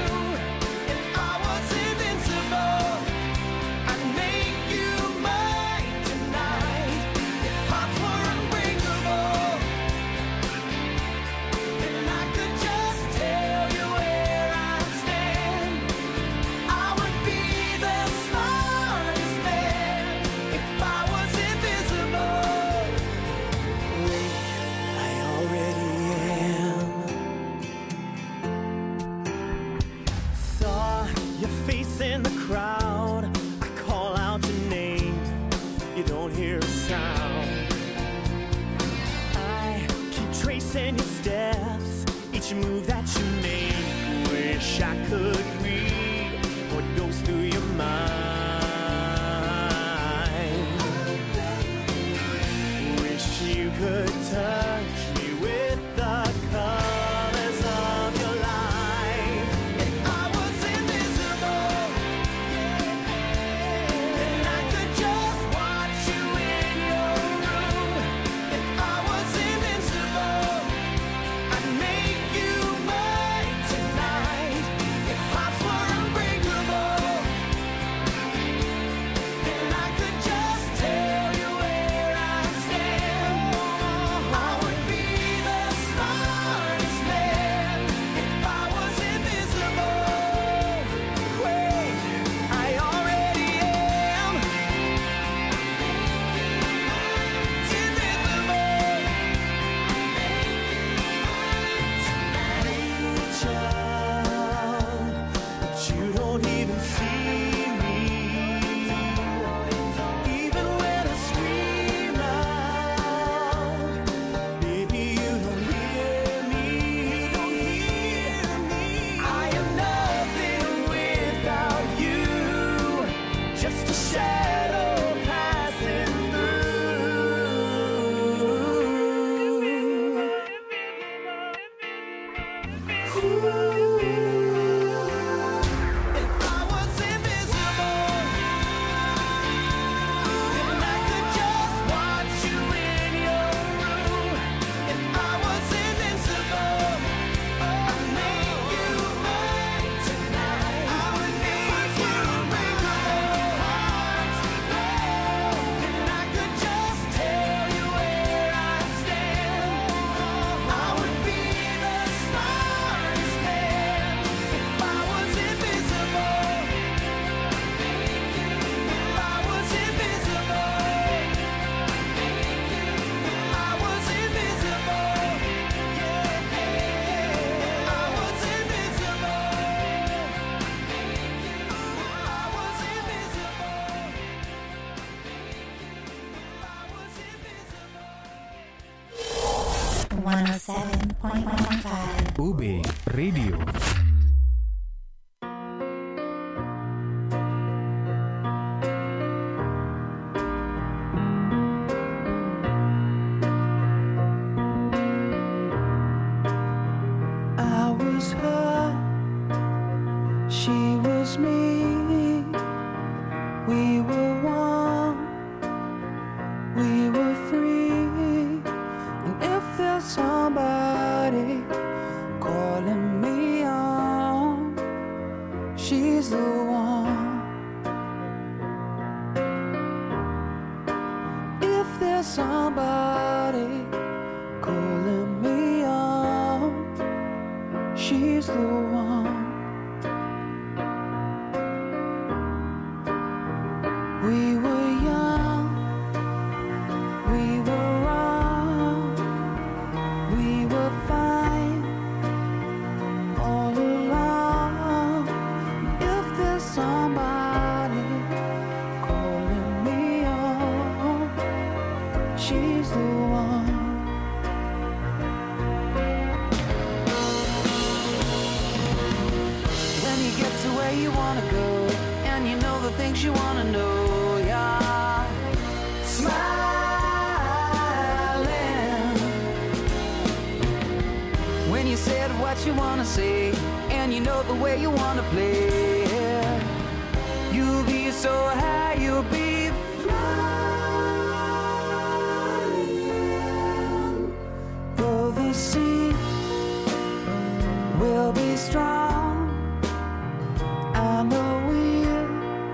words and your steps, each move that you make. Wish I could read what goes through your mind. Wish you could touch me with the colors of your life. If I was invisible, then I could just watch you in your room. If I was invincible, I'd make you mine tonight. If hearts were unbreakable, then I could just tell you where I stand. I would be the smartest man if I was invisible. Wait, I already am invisible. Child, but you don't even see me. Even when I scream out, baby, you don't hear me. You don't hear me. I am nothing without you, just a shadow passing through. If I was invisible, then I could just watch you in your room. If I was invincible, I'd make you mine tonight. I would make you unbreakable. Then I could just tell you where I stand. I would be the smartest man if I was invisible. If I was invisible, I was invisible. Yeah, I was invisible. I was invisible. one oh seven point five. U B Radio. I was her, she was me. We were one, we were free. And if there's somebody calling me on, she's the one. If there's somebody calling me on, she's the one. We were young, we were wrong, we were fine all along. If there's somebody calling me on, she's the one. When you get to where you wanna go, and you know the things you wanna know, yeah. Smiling. When you said what you wanna say, and you know the way you wanna play, you'll be so high, you'll be flying. Though the sea will be strong, I know we'll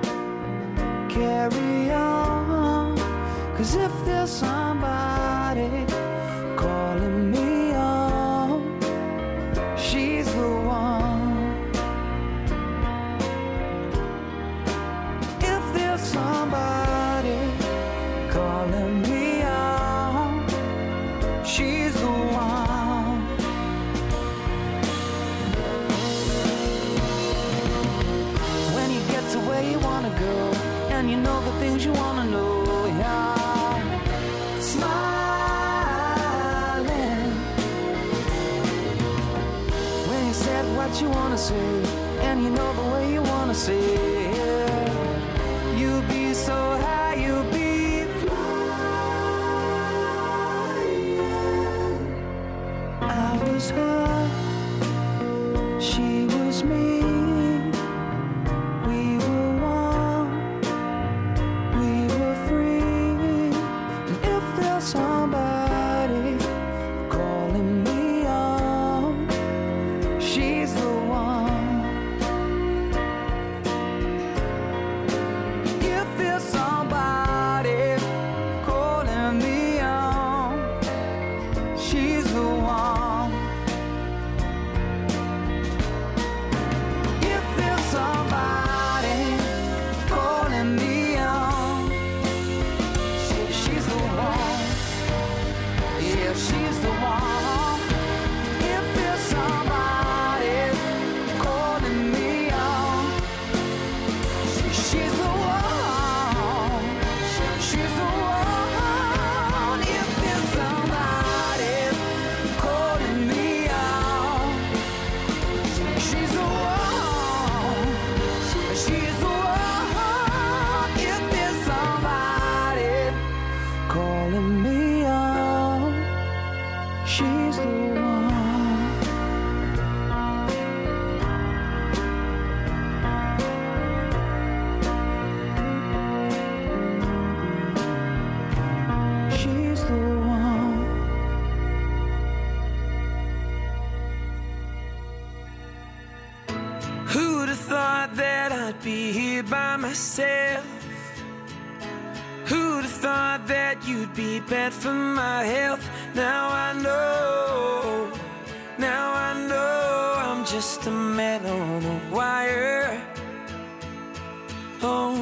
carry on. 'Cause if there's somebody calling me on, she's the one. If there's somebody what you wanna say, and you know the way you wanna say it. You'll be so high, you'll be flying. I was her, she was me. We were one, we were free. And if there's somebody calling me on, she's the one. If there's somebody calling me on, she's the one. If there's somebody calling me on, she- she's the one. Yeah, she's the one. If there's somebody calling me on, she- she's the one. She's the one. If there's somebody calling me on, she's the one. She's the one. If there's somebody calling me on, she's the one. She's the one. Who'd have thought that I'd be here by myself? Who'd have thought that you'd be bad for my health? Now I know, now I know I'm just a man on a wire. Oh,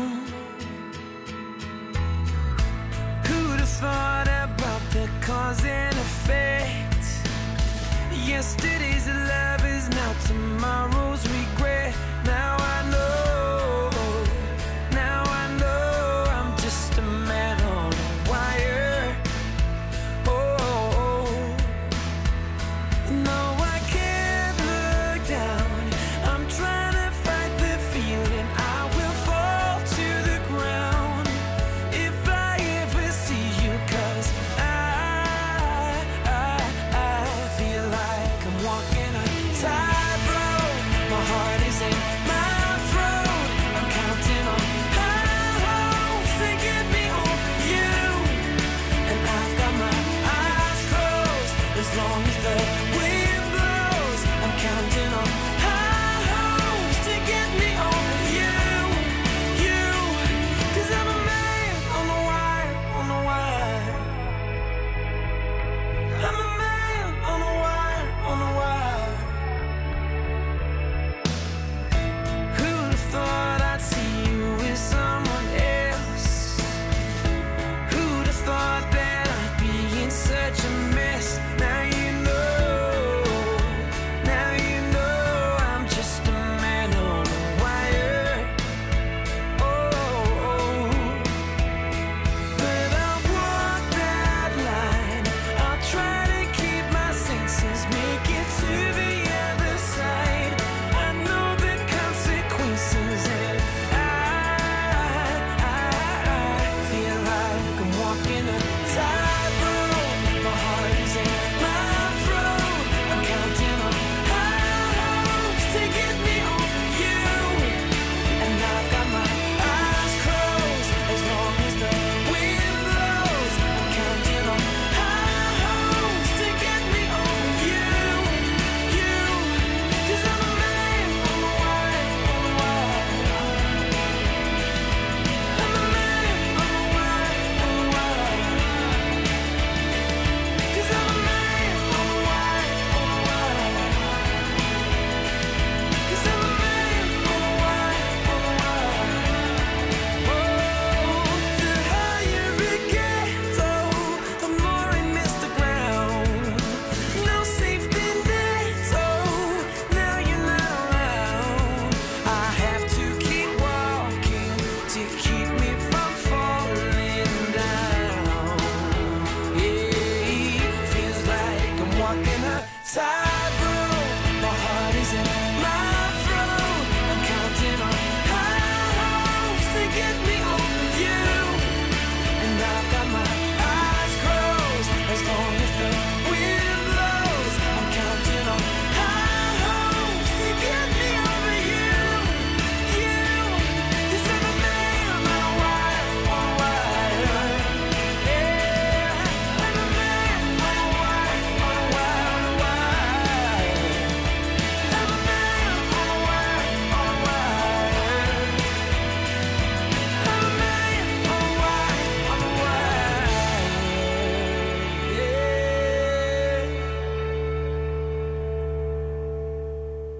who'd have thought about the cause and effect? Yesterday's love is now tomorrow's regret. Now I know, now I know I'm just a man on a wire. Oh,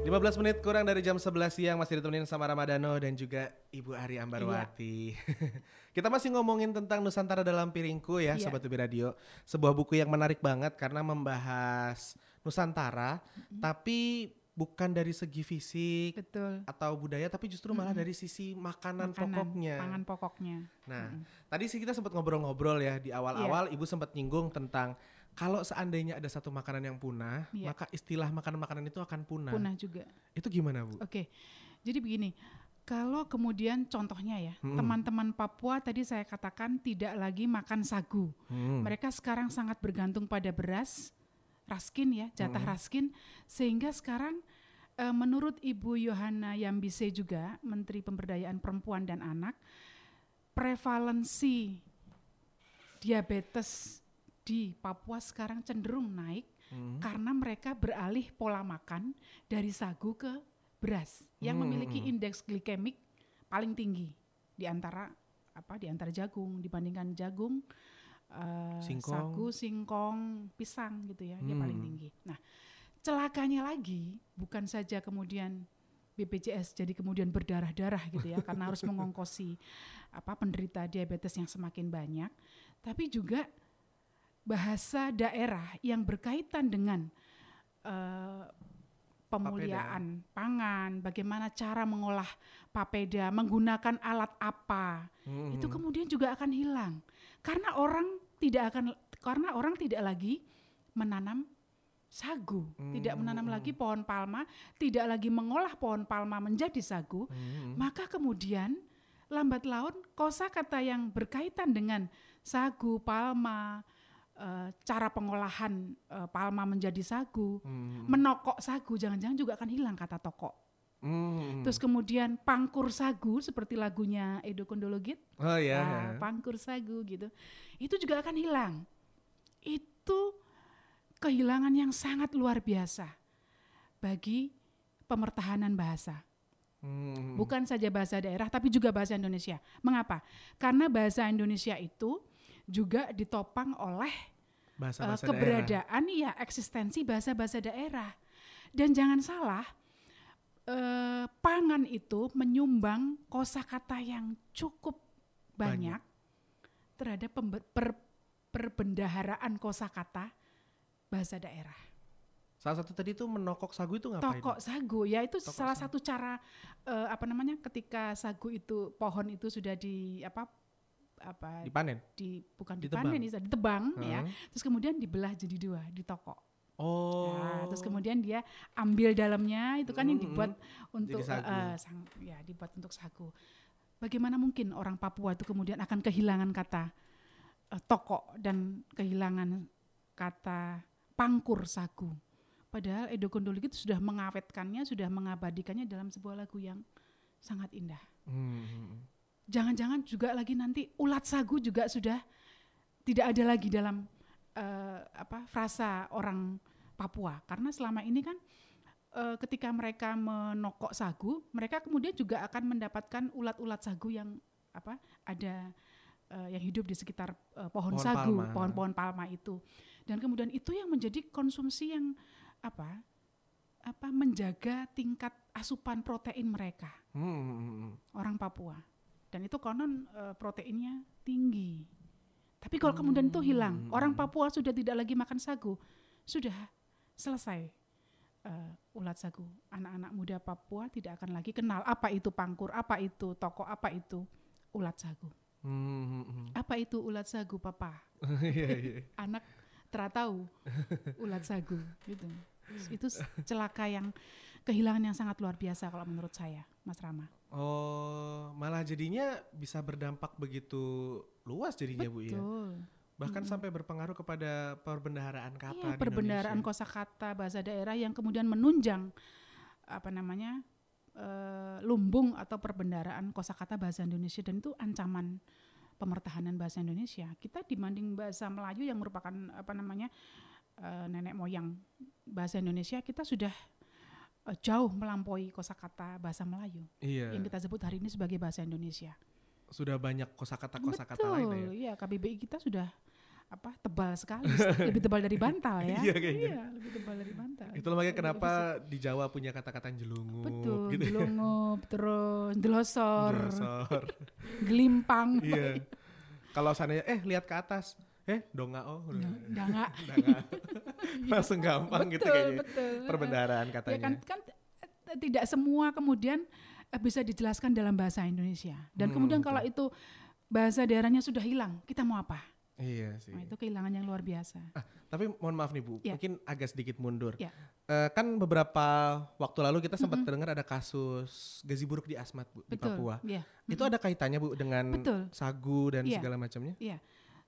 lima belas menit kurang dari jam sebelas siang masih ditemenin sama Ramadhano dan juga Ibu Ari Ambarwati. Iya. Kita masih ngomongin tentang Nusantara dalam Piringku ya, Iya. Sobat U B Radio. Sebuah buku yang menarik banget karena membahas Nusantara mm-hmm. tapi bukan dari segi fisik Betul. atau budaya tapi justru malah Mm-mm. dari sisi makanan, Makanan, pokoknya. Pangan pokoknya. Nah, Mm-mm. tadi sih kita sempat ngobrol-ngobrol ya di Iya. awal-awal Ibu sempat nyinggung tentang kalau seandainya ada satu makanan yang punah, Iya. maka istilah makanan-makanan itu akan punah. Punah juga. Itu gimana, Bu? Oke. Jadi begini, kalau kemudian contohnya ya, Hmm. teman-teman Papua tadi saya katakan tidak lagi makan sagu. Hmm. Mereka sekarang sangat bergantung pada beras, raskin ya, jatah Hmm. raskin, sehingga sekarang eh, menurut Ibu Yohana Yambise juga, Menteri Pemberdayaan Perempuan dan Anak, prevalensi diabetes di Papua sekarang cenderung naik Hmm. karena mereka beralih pola makan dari sagu ke beras yang Hmm. memiliki indeks glikemik paling tinggi di antara apa di antara jagung dibandingkan jagung, eh, Singkong. sagu, singkong, pisang gitu ya, dia Hmm. paling tinggi. Nah, celakanya lagi bukan saja kemudian B P J S jadi kemudian berdarah-darah gitu ya karena harus mengongkosi apa penderita diabetes yang semakin banyak, tapi juga bahasa daerah yang berkaitan dengan eh, pemuliaan pangan, bagaimana cara mengolah papeda, menggunakan alat apa, Hmm. itu kemudian juga akan hilang karena orang tidak akan karena orang tidak lagi menanam sagu, tidak menanam lagi pohon palma, tidak lagi mengolah pohon palma menjadi sagu, Hmm. maka kemudian lambat laun kosakata yang berkaitan dengan sagu, palma, eh, cara pengolahan eh, palma menjadi sagu, Hmm. menokok sagu, jangan-jangan juga akan hilang kata tokok. Hmm. Terus kemudian pangkur sagu seperti lagunya Edo Kondologit, Oh ya. nah, pangkur sagu gitu, itu juga akan hilang. Itu kehilangan yang sangat luar biasa bagi pemertahanan bahasa. Hmm. Bukan saja bahasa daerah tapi juga bahasa Indonesia. Mengapa? Karena bahasa Indonesia itu juga ditopang oleh Bahasa-bahasa uh, keberadaan ya eksistensi bahasa-bahasa daerah. Dan jangan salah, uh, pangan itu menyumbang kosakata yang cukup banyak, Banyak. terhadap pembe- per- perbendaharaan kosakata bahasa daerah. Salah satu tadi itu menokok sagu itu ngapain? Tokok sagu ya itu Tokok salah sagu. satu cara eh, apa namanya ketika sagu itu pohon itu sudah di apa apa Dipanen. di bukan Ditebang. dipanen bisa ditebang ya, Hmm. terus kemudian dibelah jadi dua, ditokok. Oh. Nah, terus kemudian dia ambil dalamnya itu kan yang Mm-mm. dibuat untuk Jadi sagu. eh, sang, ya dibuat untuk sagu. Bagaimana mungkin orang Papua itu kemudian akan kehilangan kata eh, tokok dan kehilangan kata pangkur sagu? Padahal Edo Kondologit itu sudah mengawetkannya, sudah mengabadikannya dalam sebuah lagu yang sangat indah. Hmm. Jangan-jangan juga lagi nanti ulat sagu juga sudah tidak ada lagi dalam eh, apa frasa orang Papua, karena selama ini kan eh, ketika mereka menokok sagu, mereka kemudian juga akan mendapatkan ulat-ulat sagu yang apa ada eh, yang hidup di sekitar eh, pohon, Pohon sagu, palma. pohon-pohon palma itu, dan kemudian itu yang menjadi konsumsi yang apa apa menjaga tingkat asupan protein mereka Hmm. orang Papua, dan itu konon e, proteinnya tinggi. Tapi kalau kemudian itu hilang, orang Papua sudah tidak lagi makan sagu, sudah selesai e, ulat sagu. Anak-anak muda Papua tidak akan lagi kenal apa itu pangkur, apa itu tokok, apa itu ulat sagu. Hmm. Apa itu ulat sagu, Papa? Iya, iya. Anak teratau ulat sagu gitu. Itu celaka yang kehilangan yang sangat luar biasa kalau menurut saya, Mas Rama. Oh, malah jadinya bisa berdampak begitu luas jadinya Bu ya. Betul. Bahkan sampai berpengaruh kepada perbendaharaan kata Iya, di perbendaharaan Indonesia. kosakata bahasa daerah yang kemudian menunjang apa namanya eh, lumbung atau perbendaharaan kosakata bahasa Indonesia, dan itu ancaman pemertahanan bahasa Indonesia. Kita dibanding bahasa Melayu yang merupakan apa namanya eh, nenek moyang bahasa Indonesia, kita sudah eh, jauh melampaui kosakata bahasa Melayu Iya. yang kita sebut hari ini sebagai bahasa Indonesia. Sudah banyak kosakata-kosakata lain ya. Betul, iya K B B I kita sudah apa tebal sekali, lebih tebal dari bantal ya. Iya, kayaknya. Iya, lebih tebal dari bantal. Itu Itu makanya kenapa di Jawa punya kata-kata jelungup Betul, gitu. jelungup, terus delosor, Jelosor. gelimpang. Iya. Kalau sananya eh lihat ke atas, eh dongao. Udah enggak. Danga. Langsung gampang gitu kayaknya. Betul. Perbendaharaan Ya katanya. kan, kan t- tidak semua kemudian eh, bisa dijelaskan dalam bahasa Indonesia. Dan Hmm, kemudian betul. kalau itu bahasa daerahnya sudah hilang, kita mau apa? Iya sih. Nah, itu kehilangan yang luar biasa. Ah, tapi mohon maaf nih Bu, Ya. mungkin agak sedikit mundur. Ya. Eh, kan beberapa waktu lalu kita sempat dengar ada kasus gizi buruk di Asmat Bu, di Betul. Papua. Iya. Itu ada kaitannya Bu dengan Betul. sagu dan Iya. segala macamnya? Iya.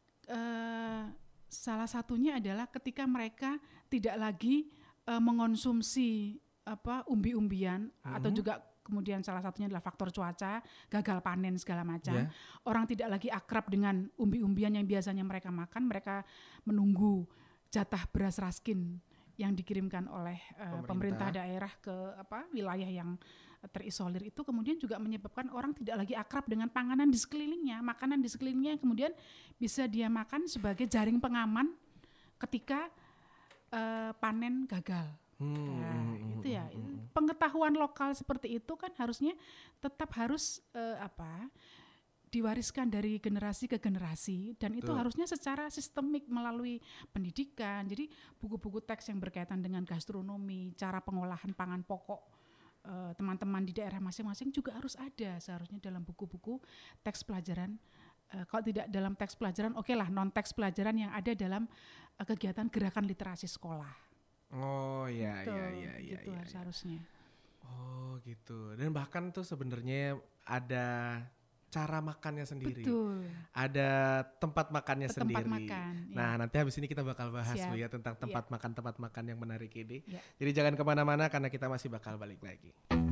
Eh, salah satunya adalah ketika mereka tidak lagi eh, mengonsumsi apa umbi-umbian atau juga kemudian salah satunya adalah faktor cuaca, gagal panen segala macam. Ya. Orang tidak lagi akrab dengan umbi-umbian yang biasanya mereka makan, mereka menunggu jatah beras raskin yang dikirimkan oleh uh, pemerintah. Pemerintah. daerah ke apa wilayah yang terisolir itu kemudian juga menyebabkan orang tidak lagi akrab dengan panganan di sekelilingnya, makanan di sekelilingnya yang kemudian bisa dia makan sebagai jaring pengaman ketika uh, panen gagal. Hmm, Nah, hmm, itu ya hmm, hmm, hmm. pengetahuan lokal seperti itu kan harusnya tetap harus eh, apa diwariskan dari generasi ke generasi dan itu Betul. harusnya secara sistemik melalui pendidikan. Jadi buku-buku teks yang berkaitan dengan gastronomi, cara pengolahan pangan pokok eh, teman-teman di daerah masing-masing juga harus ada seharusnya dalam buku-buku teks pelajaran. Eh, kalau tidak dalam teks pelajaran, oke lah non teks pelajaran yang ada dalam eh, kegiatan gerakan literasi sekolah. Oh iya Gitu, iya iya iya. gitu iya, harus- iya. harusnya. Oh gitu. Dan bahkan tuh sebenarnya ada cara makannya sendiri. Betul. Ada tempat makannya Tempat sendiri. makan, ya. Nah nanti habis ini kita bakal bahas Siap. Bu ya tentang tempat makan tempat makan yang menarik ini. Ya. Jadi jangan kemana-mana karena kita masih bakal balik lagi.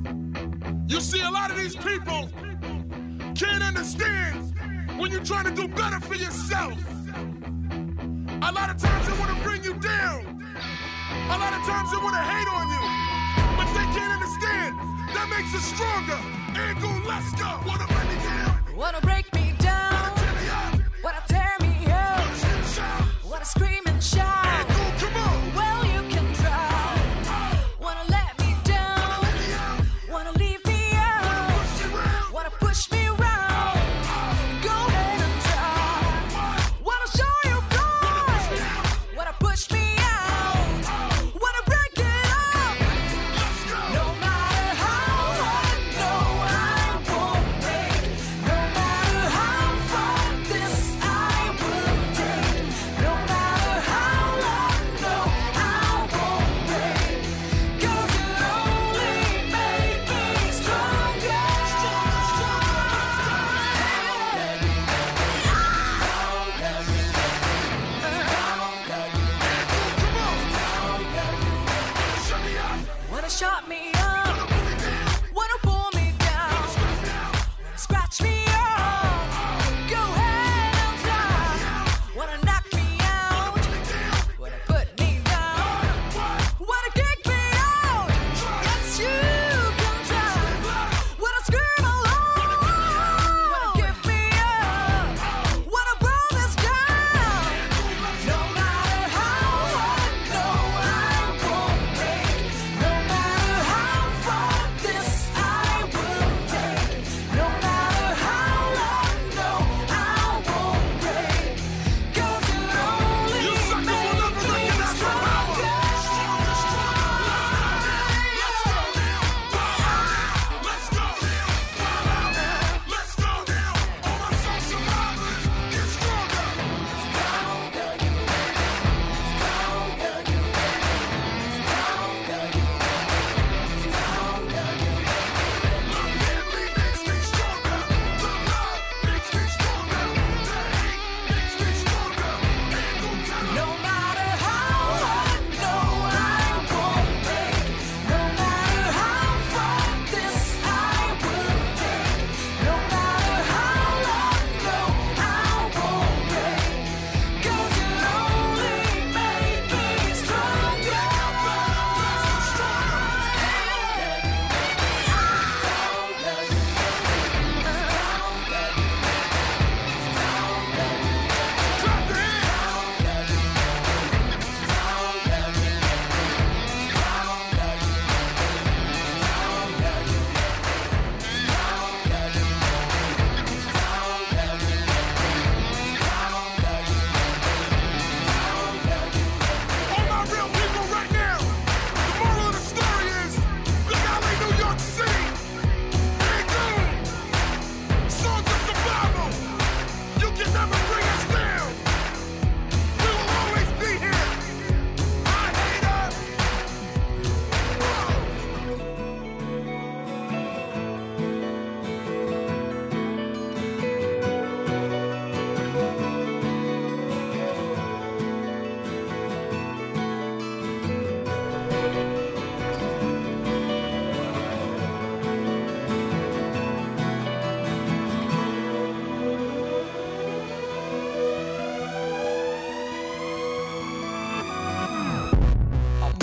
You see, a lot of these people can't understand when you're trying to do better for yourself. A lot of times they want to bring you down. A lot of times they want to hate on you. But they can't understand. That makes us stronger. And go, let's go. Wanna bring me down? Wanna break me down? Wanna tear me up? Wanna tear me up? Wanna scream and shout? Wanna scream and shout? And go, come on. Well, you can try. Wanna let me down? Let me out. Wanna leave me out? Push you around. Wanna push me around? Go ahead and try. Wanna show you guys? Wanna push me out? Wanna break it up? Let's go. No matter how I know I won't break. No matter how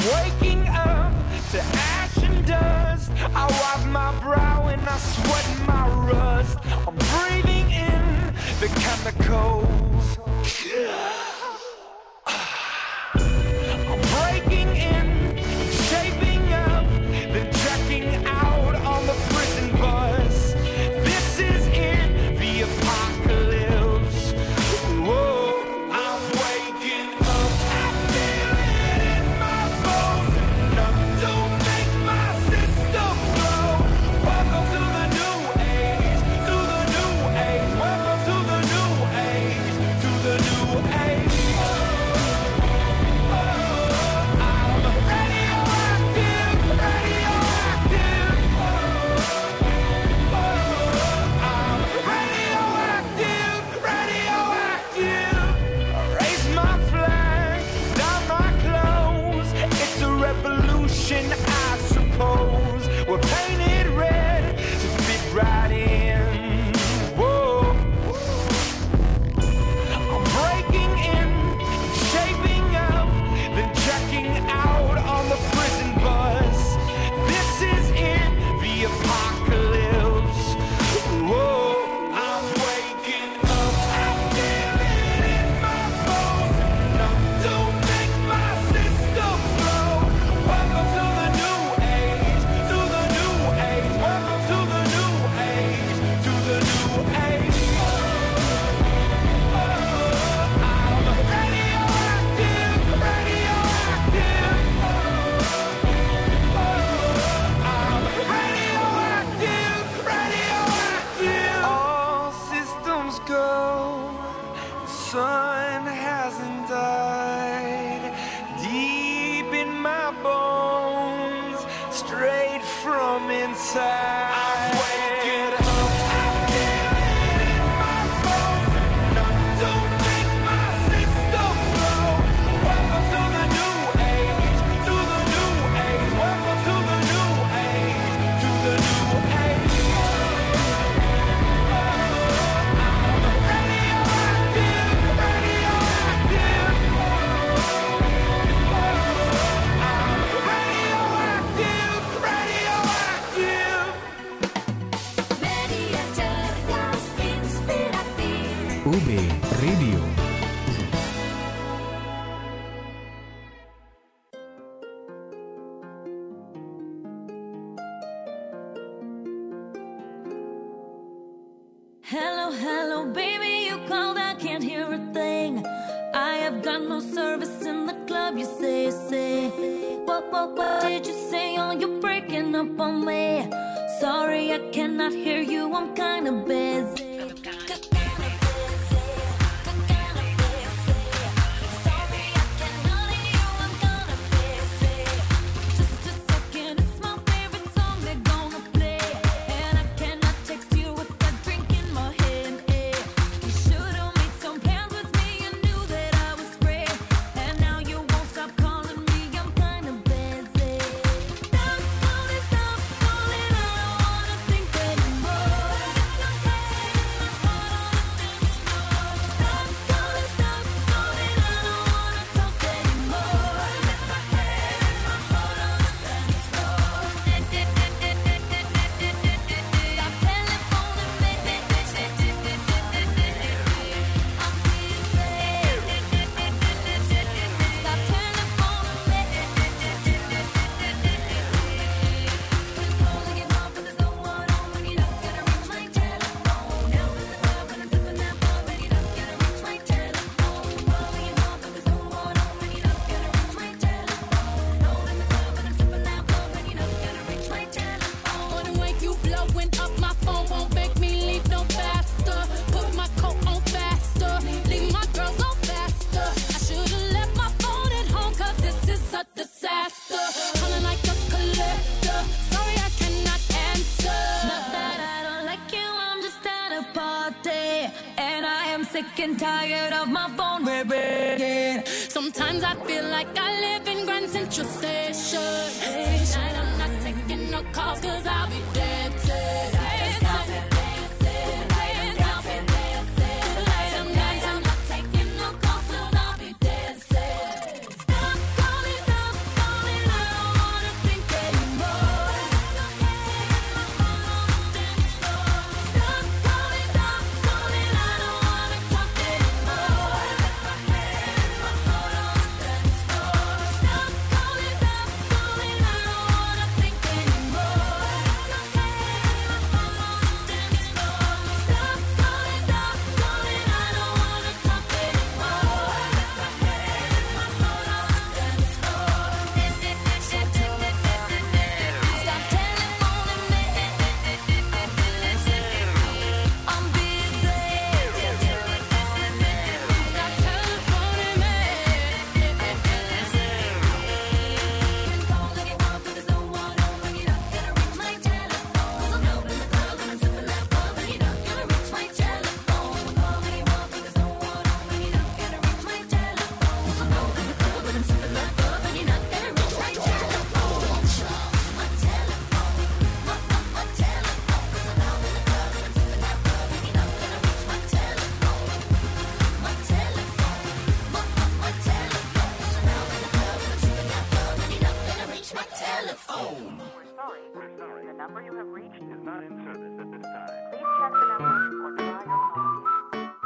waking up to ash and dust. I wipe my brow and I sweat my rust. I'm breathing in the chemicals. I'm breaking in, shaping up, then checking out on the prison bus. This is it, the apocalypse. Whoa, I'm waking up, I feel it in my bones. Enough to make my system blow. Welcome to the new age, to the new age. Welcome to the new age, to the new age. I suppose we're painted red to fit right in. Whoa, I'm breaking in, shaping up, then checking out on the prison bus. This is it, the apocalypse. Whoa, I'm waking up, I feel it in my bones. Enough to make my system blow. Welcome to the new age, to the new age. Welcome to the new age, to the new age. I'm radioactive, radioactive. I'm radioactive, radioactive. All systems go. The sun hasn't died. Deep in my bones, straight from inside. I'm waking up, I feel it in my bones. Enough to make my system blow. Welcome to the new age, to the new age. Welcome to the new age, to the new age. I'm radioactive, radioactive. Media cerdas, inspiratif. U B Radio. Hello, hello, baby, you called, I can't hear a thing. I have got no service in the club, you say, say. What, what, what did you say? Oh, you're breaking up on me. Sorry, I cannot hear you, I'm kinda busy. sick and tired of my phone ringing. Sometimes I feel like I live in Grand Central Station. Tonight I'm not taking no calls cause I'll be dancing. Calling, We're sorry. The number you have reached is not in service at this time. Please check the number or try your call again.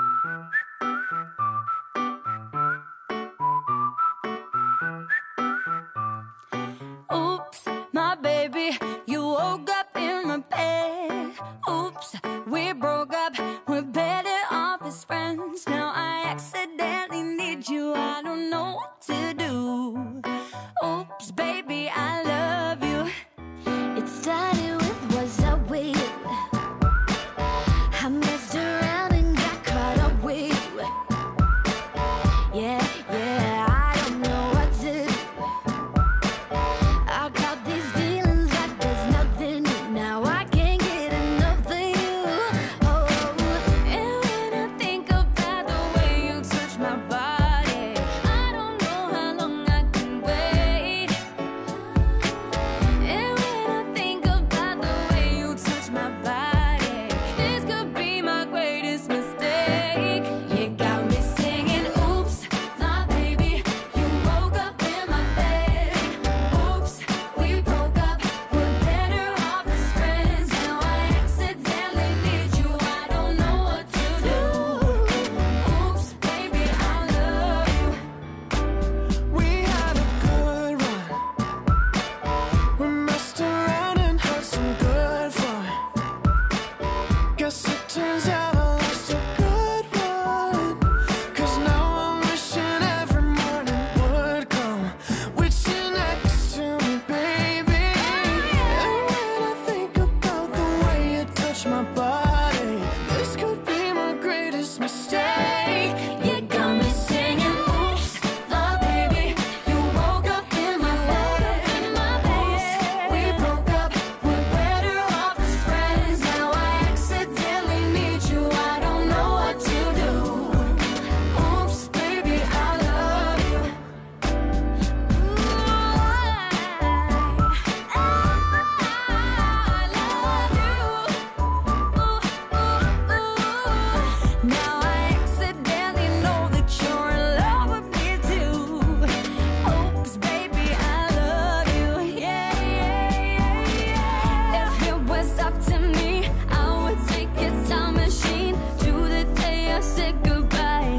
Oops, my baby, you woke up in my bed. Oops, we broke up, we're better off as friends. Now I accidentally need you, I don't know what to do. Oops, baby, I love you. It started with what's up with you. I messed around and got caught up with you. Yeah, yeah, I don't know what to do. I got these feelings like there's nothing new. Now I can't get enough of you. Oh, And when I think about the way you touch my body, I don't know how long I can wait. And when I think about the way you touch my body, this could be my greatest mistake. You got me singing, oops, my baby, you woke up in my bed. Oops, we broke up, we're better off as friends. Now I accidentally need you, I don't know what to do. Oops, baby, I love you. We had a good run. We messed around and had some good fun. Guess it turns out I lost a good one. 'Cause now I'm wishing every morning would come with you next to me, baby. And when I think about the way you touch my body, this could be my greatest mistake. You got me singing, oops, my baby, you woke up in my bed. Oops, we broke up, we're better off as friends. Now I accidentally need you, I don't know what to do. Oops, baby, I love you. Now I accidentally know that you're in love with me too. Oops, baby, I love you. Yeah, yeah, yeah, yeah. If it was up to me, I would take a time machine to the day I said goodbye.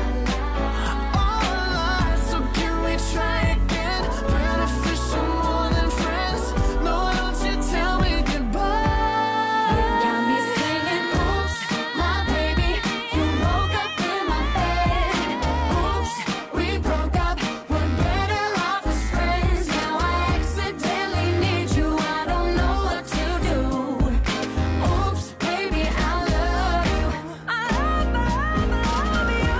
Alright, so can we try again? Beneficial more than friends. No, don't you tell me goodbye. Got me singing, oops, my baby, you woke up in my bed. Oops, we broke up, we're better off as friends. Now I accidentally need you, I don't know what to do. Oops, baby, I love you. I love, I love, I love you.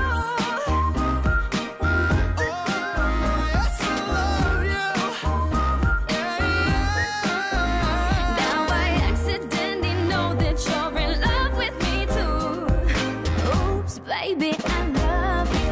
Yes, I love you. Now I accidentally know that you're in love with me too. Oops, baby, I love you.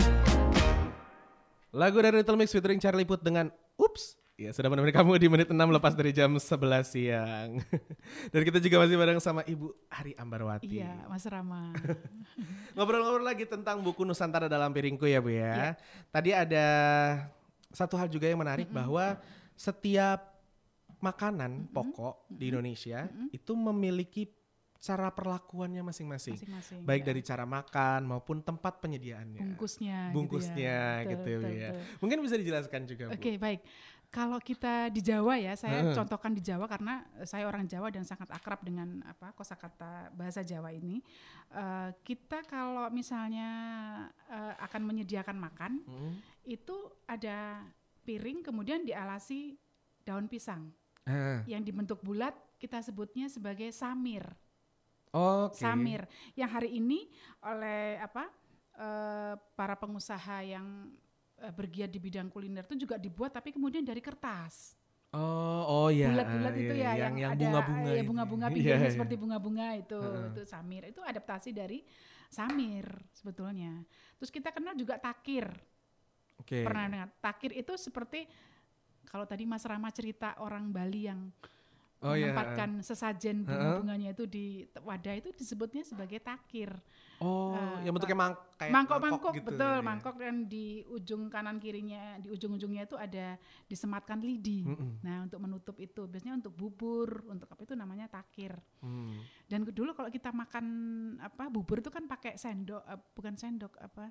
Lagu dari Little Mix featuring Charlie Puth dengan Ups. Ya, sudah menemani kamu di menit enam lepas dari jam sebelas siang. Dan kita juga masih bareng sama Ibu Ari Ambarwati. Iya, Mas Rama. Ngobrol-ngobrol lagi tentang buku Nusantara dalam Piringku ya Bu ya. Tadi ada satu hal juga yang menarik bahwa setiap makanan pokok di Indonesia itu memiliki cara perlakuannya masing-masing. Masing-masing, Baik ya. dari cara makan maupun tempat penyediaannya. Bungkusnya. Bungkusnya gitu gitu, ya. Betul, ya. betul. Mungkin bisa dijelaskan juga Bu. Oke, baik. Kalau kita di Jawa ya, saya Heeh. contohkan di Jawa karena saya orang Jawa dan sangat akrab dengan apa kosakata bahasa Jawa ini. Eh, kita kalau misalnya eh, akan menyediakan makan, Hmm. itu ada piring kemudian dialasi daun pisang Ah. yang dibentuk bulat, kita sebutnya sebagai samir. Oke. Samir yang hari ini oleh apa eh, para pengusaha yang eh, bergiat di bidang kuliner itu juga dibuat tapi kemudian dari kertas. Oh, oh ya. Bulat-bulat itu ya yang yang ada bunga-bunga ya itu. bunga-bunga Iya, pinggirnya iya. seperti bunga-bunga itu Heeh. itu samir. Itu adaptasi dari samir sebetulnya. Terus kita kenal juga takir. Oke. Pernah dengar takir itu seperti kalau tadi Mas Rama cerita orang Bali yang Oh, iya, menempatkan sesajen Heeh. bunga-bunganya itu di t- wadah itu disebutnya sebagai takir. Oh, Eh, yang bentuknya mang- kayak mangkok-mangkok, mangkok gitu betul, ya. mangkok, dan di ujung kanan kirinya, di ujung-ujungnya itu ada disematkan lidi. Mm-mm. Nah, untuk menutup itu biasanya untuk bubur, untuk apa itu namanya takir. Hmm. Dan ke- dulu kalau kita makan apa bubur itu kan pakai sendok, eh, bukan sendok apa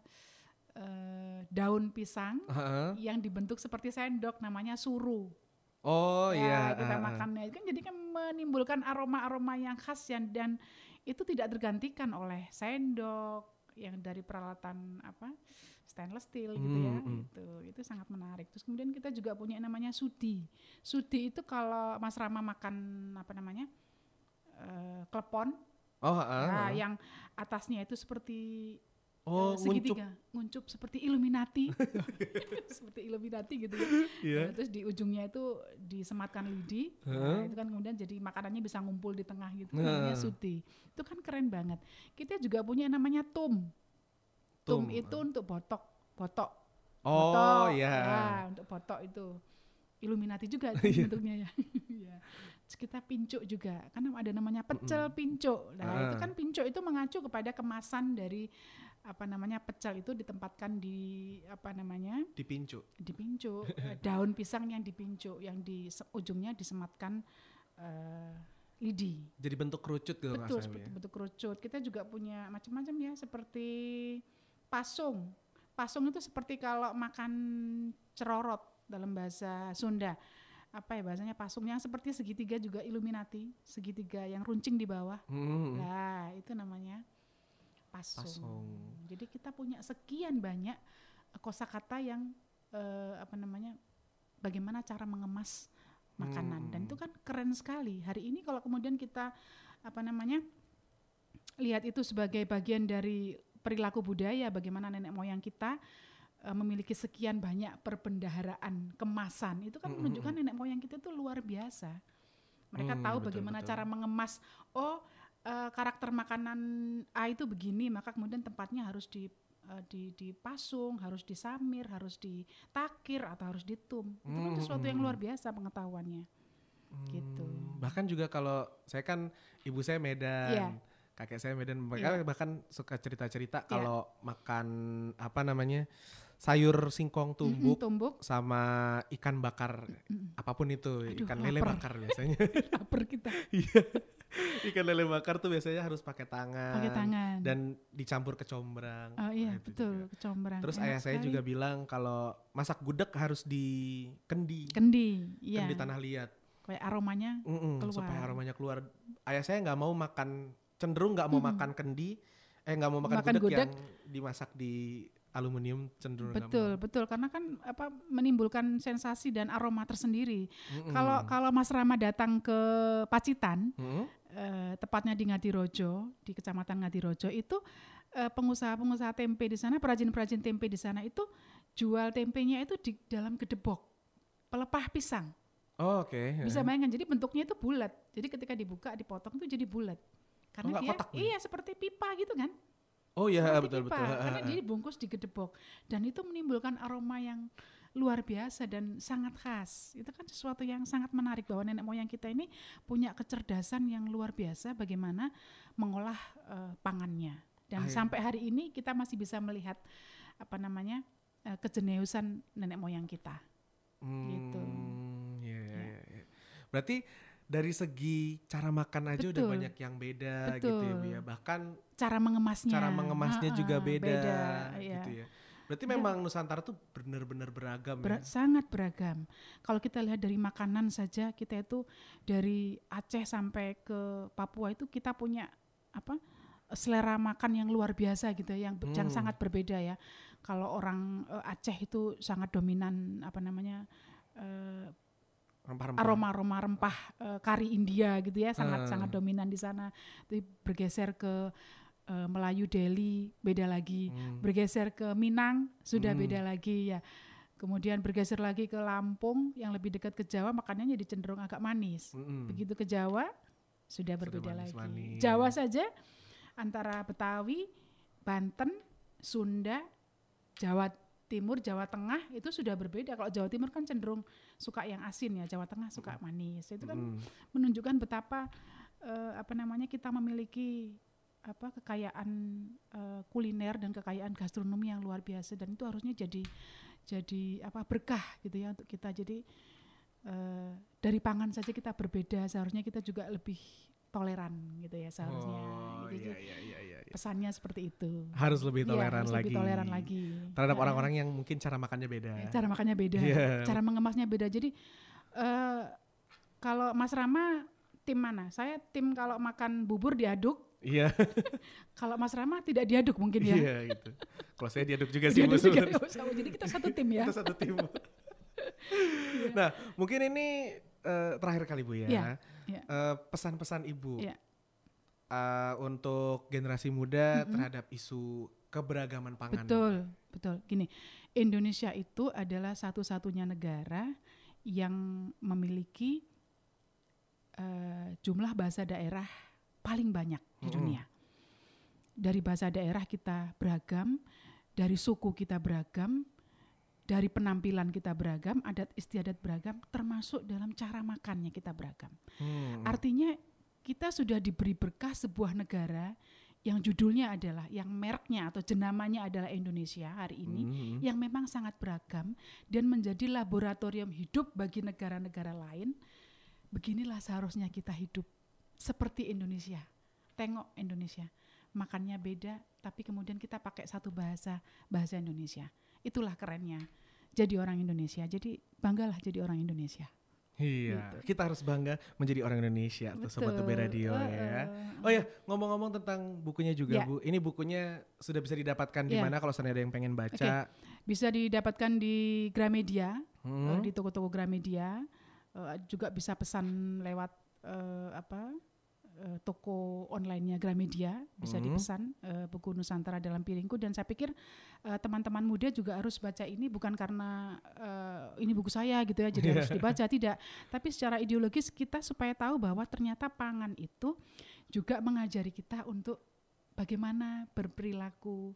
eh, daun pisang Heeh. yang dibentuk seperti sendok, namanya suru. Oh Ya, iya. kita ah, ah. makannya itu kan jadi kan menimbulkan aroma-aroma yang khas yang dan itu tidak tergantikan oleh sendok yang dari peralatan apa stainless steel gitu ya. Hmm, hmm. Itu itu sangat menarik. Terus kemudian kita juga punya namanya sudi. Sudi itu kalau Mas Rama makan apa namanya eh, klepon, Oh, ah, nah, ah. yang atasnya itu seperti Oh, eh, segitiga, nguncup seperti Illuminati, seperti Illuminati gitu ya. Iya. Nah, terus di ujungnya itu disematkan lidi, Heeh. nah, itu kan kemudian jadi makanannya bisa ngumpul di tengah gitu, Nah. namanya suti. Itu kan keren banget. Kita juga punya namanya tum. Tum, Tum, itu untuk botok, botok. Oh, botok, iya. ya, untuk botok itu. Illuminati juga itu Iya. bentuknya ya. Iya. Terus kita pincuk juga, kan ada namanya pecel pincuk. Nah, itu Ah. kan pincuk itu mengacu kepada kemasan dari apa namanya pecel itu ditempatkan di apa namanya Dipincu. dipincuk. Eh, daun pisang yang dipincuk, yang di se- ujungnya disematkan eh, lidi. Jadi bentuk kerucut gitu Betul, rasanya. seperti bentuk kerucut. Kita juga punya macam-macam ya, seperti pasung. Pasung itu seperti kalau makan cerorot dalam bahasa Sunda. Apa ya bahasanya, pasung yang seperti segitiga juga Illuminati, segitiga yang runcing di bawah. Hmm. Nah, itu namanya pasung. Pasung. Jadi kita punya sekian banyak eh, kosakata yang eh, apa namanya, bagaimana cara mengemas makanan. Hmm. Dan itu kan keren sekali. Hari ini kalau kemudian kita apa namanya lihat itu sebagai bagian dari perilaku budaya, bagaimana nenek moyang kita eh, memiliki sekian banyak perbendaharaan kemasan, itu kan Mm, mm, menunjukkan mm. nenek moyang kita itu luar biasa. Mereka Hmm, tahu betul, bagaimana betul. cara mengemas. Oh, eh, karakter makanan A itu begini, maka kemudian tempatnya harus di eh, di dipasung, harus disamir, harus ditakir atau harus ditum. Itu kan Hmm, sesuatu yang hmm. luar biasa pengetahuannya. Gitu. Hmm, Bahkan juga kalau saya kan ibu saya Medan, Iya. kakek saya Medan, mereka Iya. bahkan suka cerita-cerita Iya. kalau makan apa namanya sayur singkong tumbuk, tumbuk. sama ikan bakar, apapun itu, Aduh, ikan lele lapar. bakar biasanya. Lapar kita. Iya. Ikan lele bakar tuh biasanya harus pakai tangan, Pakai tangan. dan dicampur kecombrang. Oh iya, Nah, itu betul, juga. kecombrang. Terus Enak ayah saya sekali. juga bilang kalau masak gudeg harus di kendi, Kendi, iya. kendi tanah liat. Kayak aromanya Mm-mm, keluar. supaya aromanya keluar. Ayah saya nggak mau makan, cenderung nggak mau Mm-mm. makan kendi, eh nggak mau makan, Makan gudeg, gudeg. yang dimasak di aluminium, cenderung nggak Betul, mau. betul, karena kan apa menimbulkan sensasi dan aroma tersendiri. Mm-mm. Kalau kalau Mas Rama datang ke Pacitan, Mm-mm. eh, tepatnya di Ngadirojo, di Kecamatan Ngadirojo itu eh, pengusaha-pengusaha tempe di sana, perajin-perajin tempe di sana itu jual tempenya itu di dalam gedebok, pelepah pisang. Oh, oke. Bisa bayangkan, jadi bentuknya itu bulat. Jadi ketika dibuka, dipotong itu jadi bulat. Karena nggak dia kotak nih? iya seperti pipa gitu kan. Oh iya, Seperti betul pipa, betul. Karena dia dibungkus di gedebok dan itu menimbulkan aroma yang luar biasa dan sangat khas. Itu kan sesuatu yang sangat menarik bahwa nenek moyang kita ini punya kecerdasan yang luar biasa bagaimana mengolah eh, pangannya. Dan Ah, iya. sampai hari ini kita masih bisa melihat apa namanya eh, kejeniusan nenek moyang kita. Gitu. Hmm, iya, iya, iya, iya. Berarti dari segi cara makan aja udah Betul. banyak yang beda gitu ya, Bu ya. Betul. Bahkan Cara mengemasnya. cara mengemasnya Ha-ha, juga beda, beda, iya. gitu ya. Berarti Ya. memang Nusantara tuh benar-benar beragam Ber- ya. sangat beragam. Kalau kita lihat dari makanan saja, kita itu dari Aceh sampai ke Papua itu kita punya apa selera makan yang luar biasa gitu ya, yang, yang Hmm. sangat berbeda ya. Kalau orang eh, Aceh itu sangat dominan apa namanya eh, Rempah-rempah. aroma-aroma rempah eh, kari India gitu ya, sangat Ah. sangat dominan di sana. Tapi bergeser ke eh, Melayu Delhi beda lagi, Hmm. bergeser ke Minang sudah Hmm. beda lagi ya. Kemudian bergeser lagi ke Lampung yang lebih dekat ke Jawa, makanannya jadi cenderung agak manis. Mm-mm. Begitu ke Jawa sudah berbeda lagi. manis-manis. Jawa saja antara Betawi, Banten, Sunda, Jawa Timur, Jawa Tengah itu sudah berbeda. Kalau Jawa Timur kan cenderung suka yang asin ya, Jawa Tengah suka manis. Itu kan Mm. menunjukkan betapa eh, apa namanya kita memiliki apa kekayaan eh, kuliner dan kekayaan gastronomi yang luar biasa, dan itu harusnya jadi jadi apa berkah gitu ya untuk kita. Jadi eh, dari pangan saja kita berbeda, seharusnya kita juga lebih toleran gitu ya seharusnya. Oh, Gitu. iya, iya, iya, iya. Pesannya seperti itu. Harus lebih Iya, toleran harus lagi. lebih toleran lagi. Terhadap Nah, orang-orang yang mungkin cara makannya beda. cara makannya beda, Iya. cara mengemasnya beda. Jadi eh, kalau Mas Rama tim mana? Saya tim kalau makan bubur diaduk. Iya. Kalau Mas Rama tidak diaduk mungkin ya. Iya gitu. Kalau saya diaduk juga sih Bu, Diaduk juga. sebenarnya. Oh, sama. Jadi kita satu tim ya. Kita satu tim. Nah, mungkin ini eh, terakhir kali Bu ya. Iya, iya. Eh, pesan-pesan Ibu Iya. eh, untuk generasi muda Mm-mm. terhadap isu keberagaman pangan. Betul, betul. Gini, Indonesia itu adalah satu-satunya negara yang memiliki eh, jumlah bahasa daerah paling banyak di Mm-mm. dunia. Dari bahasa daerah kita beragam, dari suku kita beragam, dari penampilan kita beragam, adat istiadat beragam, termasuk dalam cara makannya kita beragam. Hmm. Artinya kita sudah diberi berkah sebuah negara yang judulnya adalah, yang mereknya atau jenamanya adalah Indonesia hari ini, Hmm. yang memang sangat beragam dan menjadi laboratorium hidup bagi negara-negara lain. Beginilah seharusnya kita hidup seperti Indonesia. Tengok Indonesia, makannya beda, tapi kemudian kita pakai satu bahasa, bahasa Indonesia. Itulah kerennya jadi orang Indonesia. Jadi banggalah jadi orang Indonesia. Iya, Gitu. kita harus bangga menjadi orang Indonesia tuh Sobat U B Betul. Radio Uh, ya. uh, Oh ya, ngomong-ngomong tentang bukunya juga Ya. Bu. Ini bukunya sudah bisa didapatkan di Ya. mana kalau seandainya ada yang pengen baca? Bisa didapatkan di Gramedia, Hmm. eh, di toko-toko Gramedia. Eh, juga bisa pesan lewat eh, apa eh, toko online-nya Gramedia, bisa Hmm. dipesan eh, buku Nusantara Dalam Piringku. Dan saya pikir eh, teman-teman muda juga harus baca ini, bukan karena eh, ini buku saya gitu ya, jadi Iya. harus dibaca, tidak. Tapi secara ideologis kita supaya tahu bahwa ternyata pangan itu juga mengajari kita untuk bagaimana berperilaku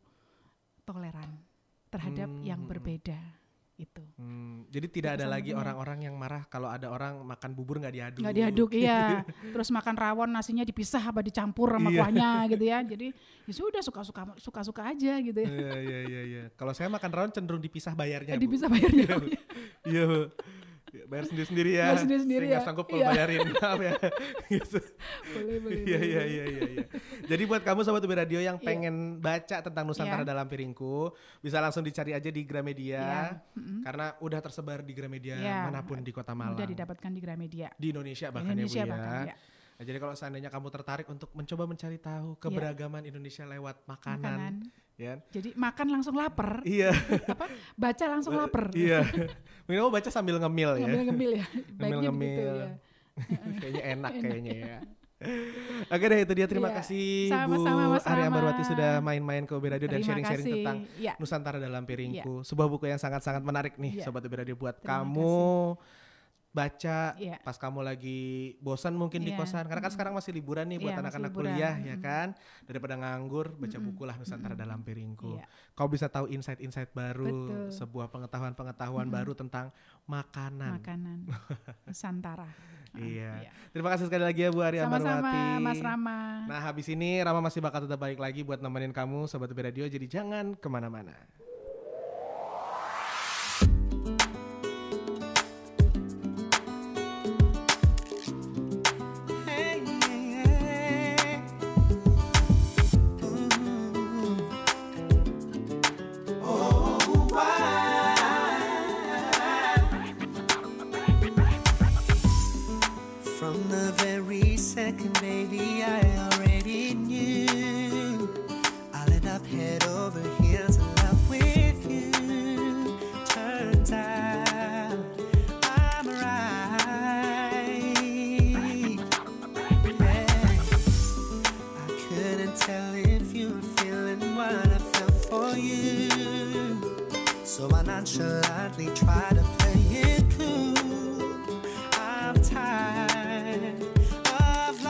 toleran terhadap yang Hmm. berbeda itu. Hmm, jadi tidak ada pesan lagi bukunya. orang-orang yang marah kalau ada orang makan bubur nggak diaduk. Nggak diaduk, iya. Terus makan rawon nasinya dipisah apa dicampur sama Iya. kuahnya gitu ya. Jadi ya sudah suka-suka suka-suka aja gitu ya. Iya iya iya iya. Kalau saya makan rawon cenderung dipisah bayarnya, Bu. Dipisah bayarnya. Iya, Bu. Iya, Bu. Bayar sendiri-sendiri ya. Bayar sendiri-sendiri Saya nggak ya. sanggup kalau Iya. bayarin, maaf ya. Gitu. Boleh, boleh. Iya boleh, iya boleh. iya iya iya. Jadi buat kamu Sobat U B Radio yang Iya. pengen baca tentang Nusantara Iya. Dalam Piringku, bisa langsung dicari aja di Gramedia. Iya. Mm-mm. Karena udah tersebar di Gramedia Iya. manapun di Kota Malang. Mudah didapatkan di Gramedia. Di Indonesia bahkan Indonesia ya Bu bahkan, ya. ya. Nah, jadi kalau seandainya kamu tertarik untuk mencoba mencari tahu keberagaman Indonesia lewat makanan, Makanan. ya. Jadi makan langsung lapar. Iya. Apa? Baca langsung lapar. Iya. Mungkin kamu baca sambil ngemil ya. Ngemil-ngemil ya. Baiknya begitu Ngemil-ngemil. ya. Kayaknya enak Enak. kayaknya ya. Oke deh, itu dia. Terima Iya. kasih Sama-sama, Bu Mas Ari Rama. Ambarwati sudah main-main ke U B Radio dan Terima sharing-sharing kasih. tentang Iya. Nusantara Dalam Piringku. Sebuah buku yang sangat-sangat menarik nih Iya. Sobat U B Radio buat Terima kamu baca Iya. pas kamu lagi bosan mungkin di Iya. kosan. Karena kan sekarang masih liburan nih buat Iya, masih anak-anak liburan. kuliah ya Mm-mm. kan. Daripada nganggur, baca Mm-mm. bukulah Nusantara Mm-mm. Dalam Piringku. Iya. Kau bisa tahu insight-insight baru, Betul. sebuah pengetahuan-pengetahuan Mm-mm. baru tentang makanan. Makanan Nusantara. Ah, Iya. Terima kasih sekali lagi ya Bu Ari Sama-sama Ambarwati. Mas Rama. Nah habis ini Rama masih bakal tetap balik lagi buat nemenin kamu Sobat U B Radio. Jadi jangan kemana-mana. Hey, hey, Ooh. Oh, why? From the very second, baby, I already knew I'll end up head over heels in love with you. Turns out I'm right. Yeah. I couldn't tell if you were feeling what I felt for you, so I nonchalantly try to play it cool. I'm tired of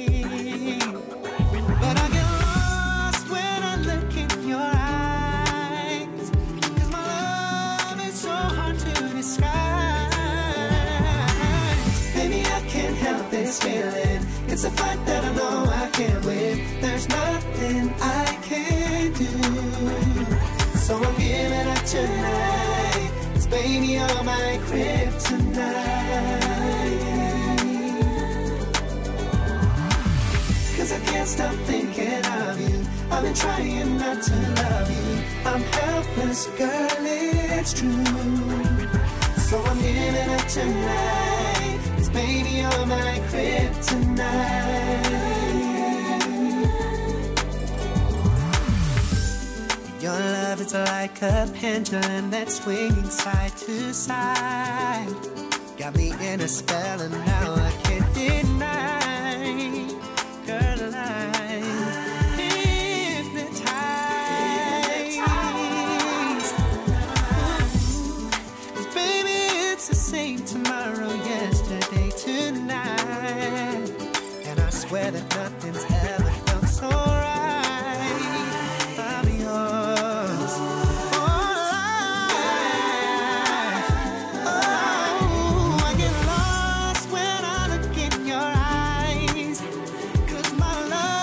lying, but I get lost when I look in your eyes. this feeling. It's a fight that I know I can't win. There's nothing I can do. So I'm giving up tonight. 'Cause baby, you're my kryptonite. 'Cause I can't stop thinking of you. I've been trying not to love you. I'm helpless, girl, it's true. So I'm giving up tonight. 'Cause baby, you're my kryptonite. Your love is like a pendulum that's swinging side to side. Got me in a spell and now I can't deny.